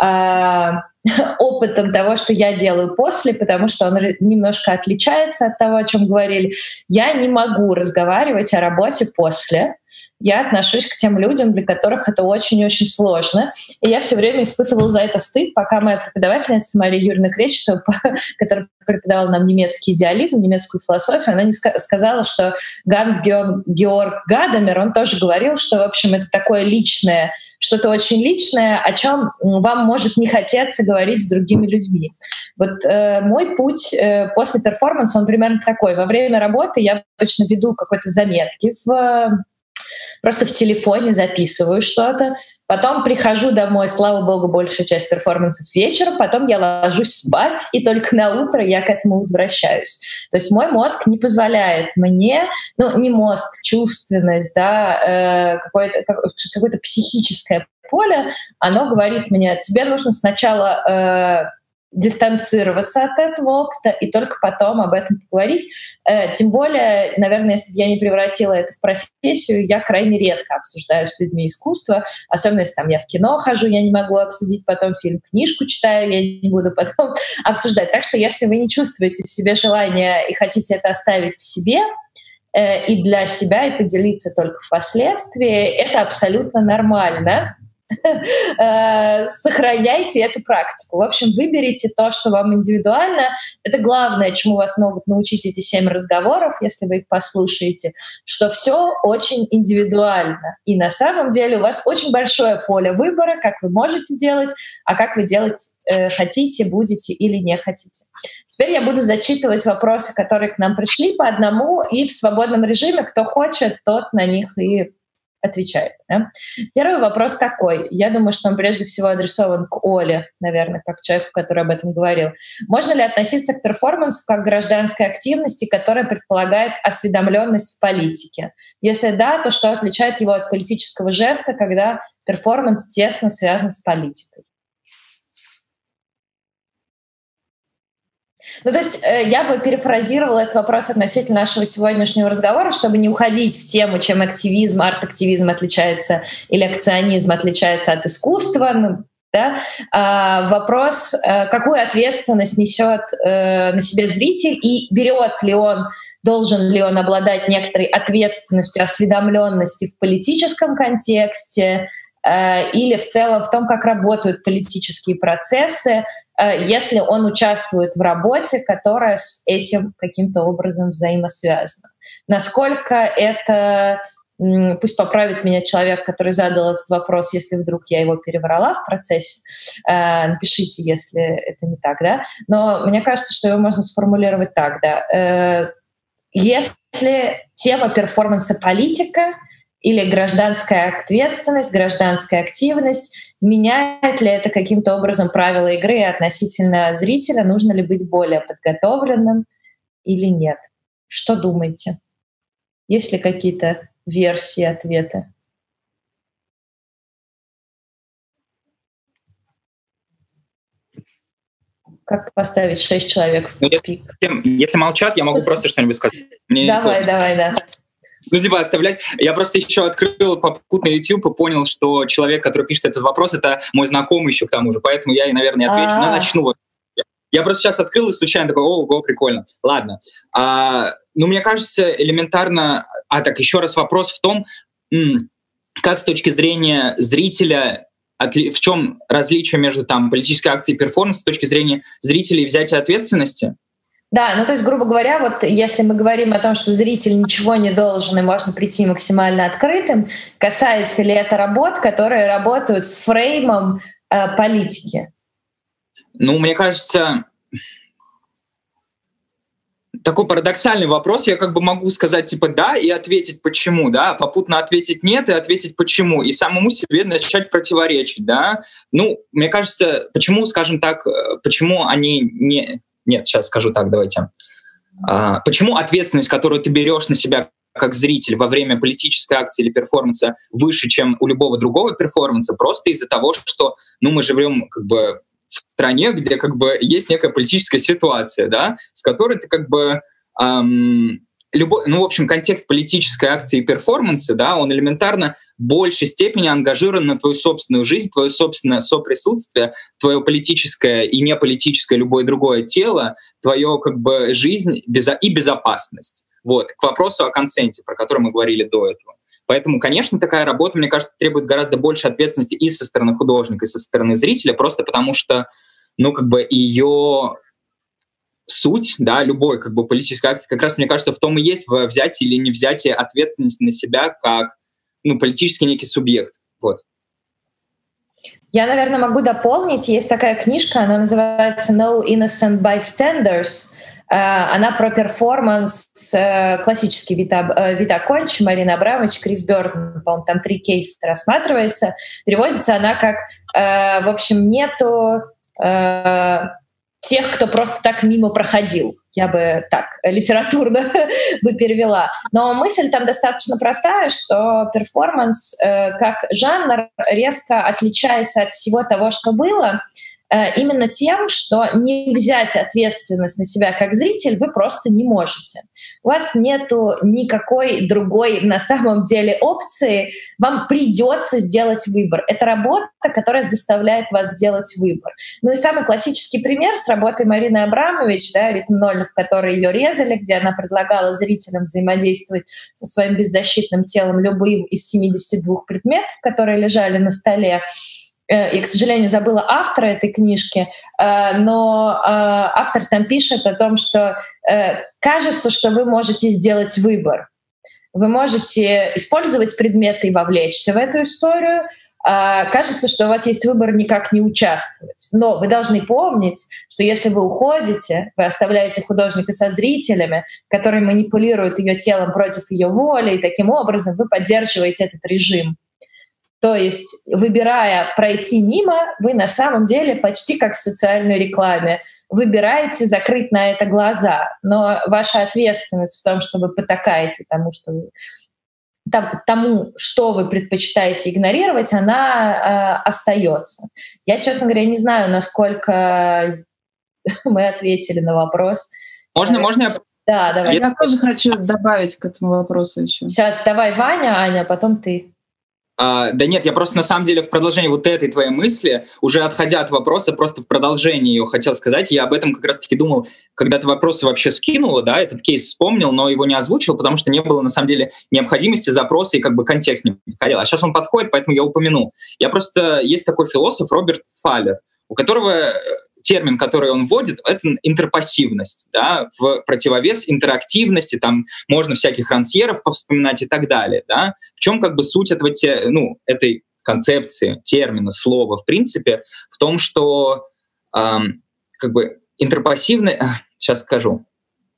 опытом того, что я делаю после, потому что он немножко отличается от того, о чем говорили. Я не могу разговаривать о работе после. Я отношусь к тем людям, для которых это очень-очень сложно. И я все время испытывала за это стыд, пока моя преподавательница Мария Юрьевна Кречетова, которая преподавала нам немецкий идеализм, немецкую философию, она не сказала, что Ганс Георг Гадамер, он тоже говорил, что, в общем, это такое личное, что-то очень личное, о чем вам может не хотеться говорить с другими людьми. Вот мой путь после перформанса, он примерно такой. Во время работы я обычно веду какой-то заметки просто в телефоне записываю что-то, потом прихожу домой, слава богу, большая часть перформансов вечером, потом я ложусь спать, и только на утро я к этому возвращаюсь. То есть мой мозг не позволяет мне, не мозг, чувственность, да, какое-то психическое поле, оно говорит мне, тебе нужно сначала дистанцироваться от этого опыта и только потом об этом поговорить. Тем более, наверное, если бы я не превратила это в профессию, я крайне редко обсуждаю с людьми искусство, особенно если я в кино хожу, я не могу обсудить потом фильм, книжку читаю, я не буду потом обсуждать. Так что если вы не чувствуете в себе желания и хотите это оставить в себе, и для себя, и поделиться только впоследствии, это абсолютно нормально. Сохраняйте эту практику. В общем, выберите то, что вам индивидуально. Это главное, чему вас могут научить эти 7 разговоров, если вы их послушаете, что все очень индивидуально. И на самом деле у вас очень большое поле выбора, как вы можете делать, а как вы делать хотите, будете или не хотите. Теперь я буду зачитывать вопросы, которые к нам пришли по одному, и в свободном режиме, кто хочет, тот на них и отвечает. Да? Первый вопрос такой. Я думаю, что он прежде всего адресован к Оле, наверное, как человеку, который об этом говорил. Можно ли относиться к перформансу как к гражданской активности, которая предполагает осведомленность в политике? Если да, то что отличает его от политического жеста, когда перформанс тесно связан с политикой? То есть я бы перефразировала этот вопрос относительно нашего сегодняшнего разговора, чтобы не уходить в тему, чем активизм, арт-активизм отличается или акционизм отличается от искусства. Да? Вопрос, какую ответственность несет на себе зритель и берет ли он, должен ли он обладать некоторой ответственностью, осведомленностью в политическом контексте, или в целом в том, как работают политические процессы, если он участвует в работе, которая с этим каким-то образом взаимосвязана. Насколько это... Пусть поправит меня человек, который задал этот вопрос, если вдруг я его переврала в процессе. Напишите, если это не так, да? Но мне кажется, что его можно сформулировать так, да. Если тема перформанса политика или гражданская ответственность, гражданская активность, меняет ли это каким-то образом правила игры относительно зрителя? Нужно ли быть более подготовленным или нет? Что думаете? Есть ли какие-то версии ответа? Как поставить 6 человек в тупик? Если молчат, я могу просто что-нибудь сказать. Давай, да. Оставлять. Я просто еще открыл попутно YouTube и понял, что человек, который пишет этот вопрос, это мой знакомый еще к тому же, поэтому я, наверное, отвечу, но начну. Я просто сейчас открыл и случайно такой, ого, прикольно. Ладно. Мне кажется, элементарно... еще раз вопрос в том, как с точки зрения зрителя, в чем различие между политической акцией и перформансом с точки зрения зрителей и взятия ответственности? Да, то есть, грубо говоря, вот если мы говорим о том, что зритель ничего не должен и можно прийти максимально открытым, касается ли это работ, которые работают с фреймом политики? Мне кажется, такой парадоксальный вопрос. Я могу сказать да и ответить почему, да, попутно ответить нет и ответить почему, и самому себе начать противоречить, да. Мне кажется, почему, скажем так, почему они не... Нет, сейчас скажу так, давайте. Почему ответственность, которую ты берешь на себя как зритель во время политической акции или перформанса выше, чем у любого другого перформанса? Просто из-за того, что мы живем в стране, где как бы есть некая политическая ситуация, да, с которой ты как бы в общем, контекст политической акции и перформанса, да, он элементарно в большей степени ангажирован на твою собственную жизнь, твое собственное соприсутствие, твое политическое и неполитическое любое другое тело, твою как бы жизнь и безопасность. Вот, к вопросу о консенте, про который мы говорили до этого. Поэтому, конечно, такая работа, мне кажется, требует гораздо больше ответственности и со стороны художника, и со стороны зрителя, просто потому что, ее суть, да, любой как бы политической акции, как раз, мне кажется, в том и есть в взятии или не взятии ответственности на себя как, политический некий субъект. Вот. Я, наверное, могу дополнить. Есть такая книжка, она называется «No Innocent Bystanders». Она про перформанс, классический Вита Кончи, Марина Абрамович, Крис Бёртон, по-моему, там 3 кейса рассматривается. Переводится она как, в общем, нету тех, кто просто так мимо проходил. Я бы так литературно бы перевела. Но мысль там достаточно простая, что перформанс как жанр резко отличается от всего того, что было, именно тем, что не взять ответственность на себя как зритель вы просто не можете. У вас нету никакой другой на самом деле опции. Вам придется сделать выбор. Это работа, которая заставляет вас сделать выбор. Ну и самый классический пример с работой Марины Абрамович, да, «Ритм Ноль», в которой ее резали, где она предлагала зрителям взаимодействовать со своим беззащитным телом любым из 72 предметов, которые лежали на столе. Я, к сожалению, забыла автора этой книжки, но автор там пишет о том, что кажется, что вы можете сделать выбор. Вы можете использовать предметы и вовлечься в эту историю. Кажется, что у вас есть выбор никак не участвовать. Но вы должны помнить, что если вы уходите, вы оставляете художника со зрителями, которые манипулируют ее телом против ее воли, и таким образом вы поддерживаете этот режим. То есть, выбирая пройти мимо, вы на самом деле почти как в социальной рекламе выбираете закрыть на это глаза. Но ваша ответственность в том, что вы потакаете тому, что вы предпочитаете игнорировать, она остается. Я, честно говоря, не знаю, насколько мы ответили на вопрос. Можно я? Да, давай. Я тоже хочу добавить к этому вопросу еще. Сейчас давай Ваня, Аня, а потом ты. Да нет, я просто на самом деле в продолжении вот этой твоей мысли, уже отходя от вопроса, просто в продолжении ее хотел сказать. Я об этом как раз-таки думал, когда ты вопросы вообще скинула, да, этот кейс вспомнил, но его не озвучил, потому что не было на самом деле необходимости запроса и как бы контекст не подходил. А сейчас он подходит, поэтому я упомяну. Есть такой философ Роберт Фаллер, у которого термин, который он вводит, это интерпассивность, да, в противовес интерактивности, там можно всяких рансьеров повспоминать и так далее, да. В чем как бы суть этой концепции, термина, слова, в принципе, в том, что как бы интерпассивность... Сейчас скажу.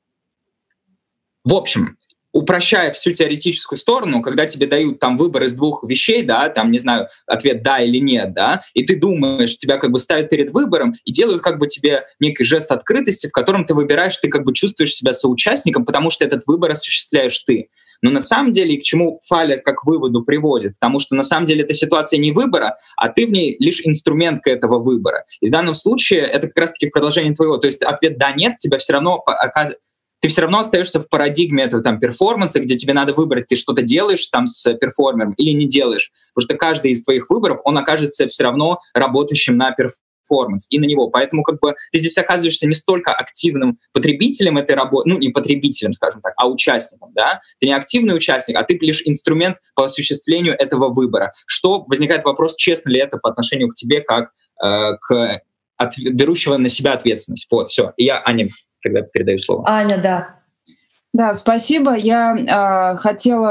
В общем, упрощая всю теоретическую сторону, когда тебе дают там выбор из 2 вещей, да, там, не знаю, ответ «да» или «нет», да, и ты думаешь, тебя как бы ставят перед выбором и делают как бы тебе некий жест открытости, в котором ты выбираешь, ты как бы чувствуешь себя соучастником, потому что этот выбор осуществляешь ты. Но на самом деле, и к чему Фаллер как выводу приводит, потому что на самом деле эта ситуация не выбора, а ты в ней лишь инструмент к этого выбора. И в данном случае это как раз-таки в продолжении твоего, то есть ответ «да», «нет» тебя все равно ты все равно остаешься в парадигме этого там перформанса, где тебе надо выбрать, ты что-то делаешь там с перформером или не делаешь. Потому что каждый из твоих выборов, он окажется все равно работающим на перформанс и на него. Поэтому как бы ты здесь оказываешься не столько активным потребителем этой работы, не потребителем, скажем так, а участником, да? Ты не активный участник, а ты лишь инструмент по осуществлению этого выбора. Что возникает вопрос, честно ли это по отношению к тебе, как к берущего на себя ответственность. Вот, все. И я, Аня, тогда передаю слово. Аня, да. Да, спасибо. Я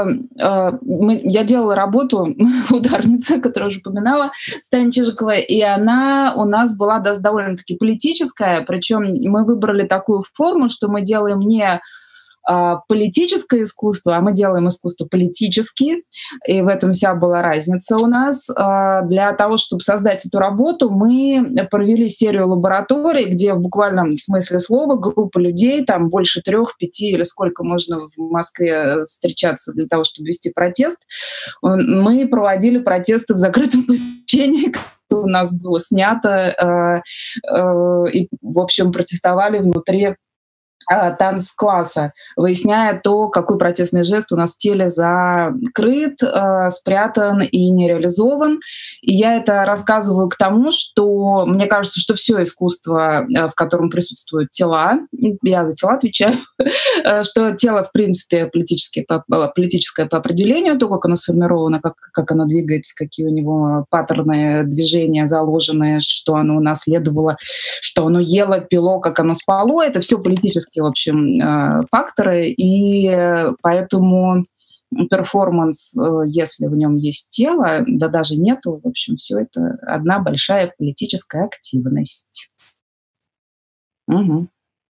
я делала работу ударница, которую уже упоминала, с Таней Чижиковой, и она у нас была довольно-таки политическая, причем мы выбрали такую форму, что мы делаем не политическое искусство, а мы делаем искусство политически, и в этом вся была разница у нас. Для того, чтобы создать эту работу, мы провели серию лабораторий, где в буквальном смысле слова группа людей, там больше 3, 5 или сколько можно в Москве встречаться для того, чтобы вести протест. Мы проводили протесты в закрытом помещении, у нас было снято, и, в общем, протестовали внутри танцкласса, выясняя то, какой протестный жест у нас в теле закрыт, спрятан и не реализован. И я это рассказываю к тому, что мне кажется, что все искусство, в котором присутствуют тела, я за тела отвечаю, что тело, в принципе, политическое по определению, то, как оно сформировано, как оно двигается, какие у него паттерны движения заложены, что оно унаследовало, что оно ело, пило, как оно спало, это все политические, в общем, факторы, и поэтому перформанс, если в нем есть тело, да даже нету, в общем, все это одна большая политическая активность. Угу.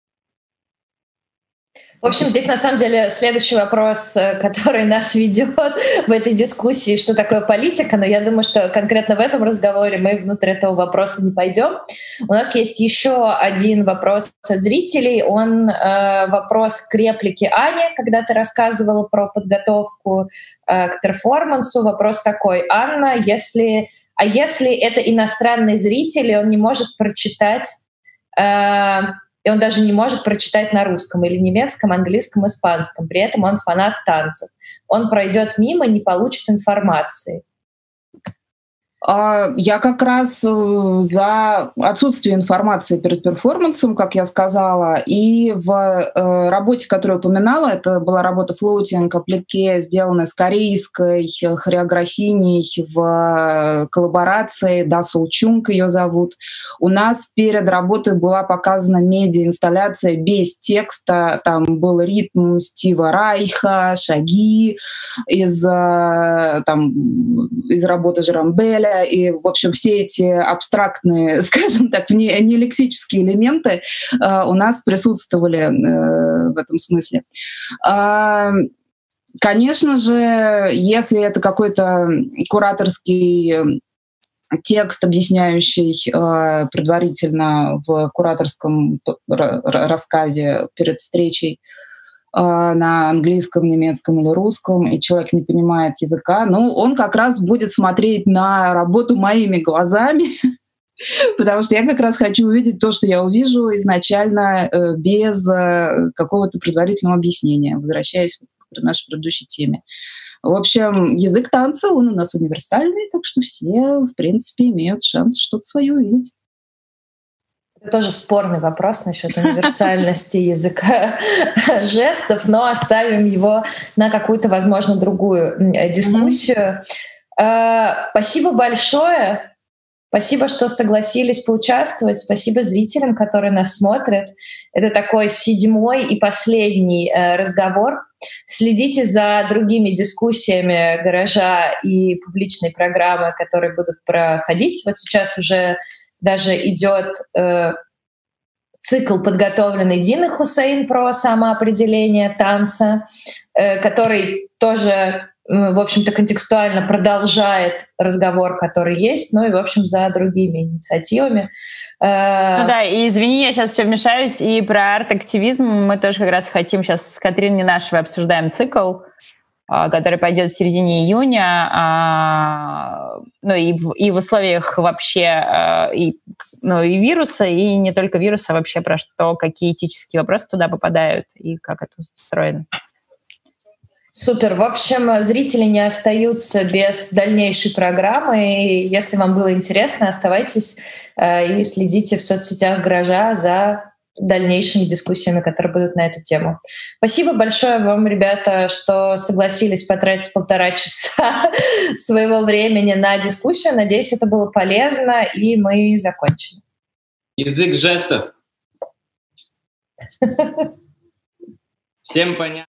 В общем, здесь на самом деле следующий вопрос, который нас ведет в этой дискуссии, что такое политика, но я думаю, что конкретно в этом разговоре мы внутрь этого вопроса не пойдем. У нас есть еще один вопрос от зрителей. Он вопрос к реплике Ани, когда ты рассказывала про подготовку к перформансу. Вопрос такой: Анна, если это иностранный зритель, и он не может прочитать... И он даже не может прочитать на русском или немецком, английском, испанском. При этом он фанат танцев. Он пройдет мимо, не получит информации. Я как раз за отсутствие информации перед перформансом, как я сказала, и в работе, которую я упоминала, это была работа «Floating Applique», сделанная с корейской хореографиней в коллаборации, Да Сол Чунг ее зовут. У нас перед работой была показана медиа-инсталляция без текста, там был ритм Стива Райха, шаги из работы Жерамбеля, и, в общем, все эти абстрактные, скажем так, не лексические элементы у нас присутствовали в этом смысле. Конечно же, если это какой-то кураторский текст, объясняющий предварительно в кураторском рассказе перед встречей на английском, немецком или русском, и человек не понимает языка, он как раз будет смотреть на работу моими глазами, потому что я как раз хочу увидеть то, что я увижу изначально без какого-то предварительного объяснения, возвращаясь к нашей предыдущей теме. В общем, язык танца, он у нас универсальный, так что все, в принципе, имеют шанс что-то свое увидеть. Это тоже спорный вопрос насчет универсальности языка жестов, но оставим его на какую-то, возможно, другую дискуссию. Спасибо большое. Спасибо, что согласились поучаствовать. Спасибо зрителям, которые нас смотрят. Это такой 7-й и последний разговор. Следите за другими дискуссиями «Гаража» и публичной программы, которые будут проходить. Вот сейчас уже даже идет цикл, подготовленный Диной Хусейн про самоопределение танца, который тоже, в общем-то, контекстуально продолжает разговор, который есть, и, в общем, за другими инициативами. Да, и извини, я сейчас все вмешаюсь, и про арт-активизм мы тоже как раз хотим сейчас с Катриной Ненашевой обсуждаем цикл, который пойдет в середине июня, и в условиях вообще и вируса, и не только вируса, вообще про что, какие этические вопросы туда попадают и как это устроено. Супер. В общем, зрители не остаются без дальнейшей программы. И если вам было интересно, оставайтесь и следите в соцсетях «Гаража» за дальнейшими дискуссиями, которые будут на эту тему. Спасибо большое вам, ребята, что согласились потратить 1,5 часа своего времени на дискуссию. Надеюсь, это было полезно, и мы закончим. Язык жестов. Всем понятно.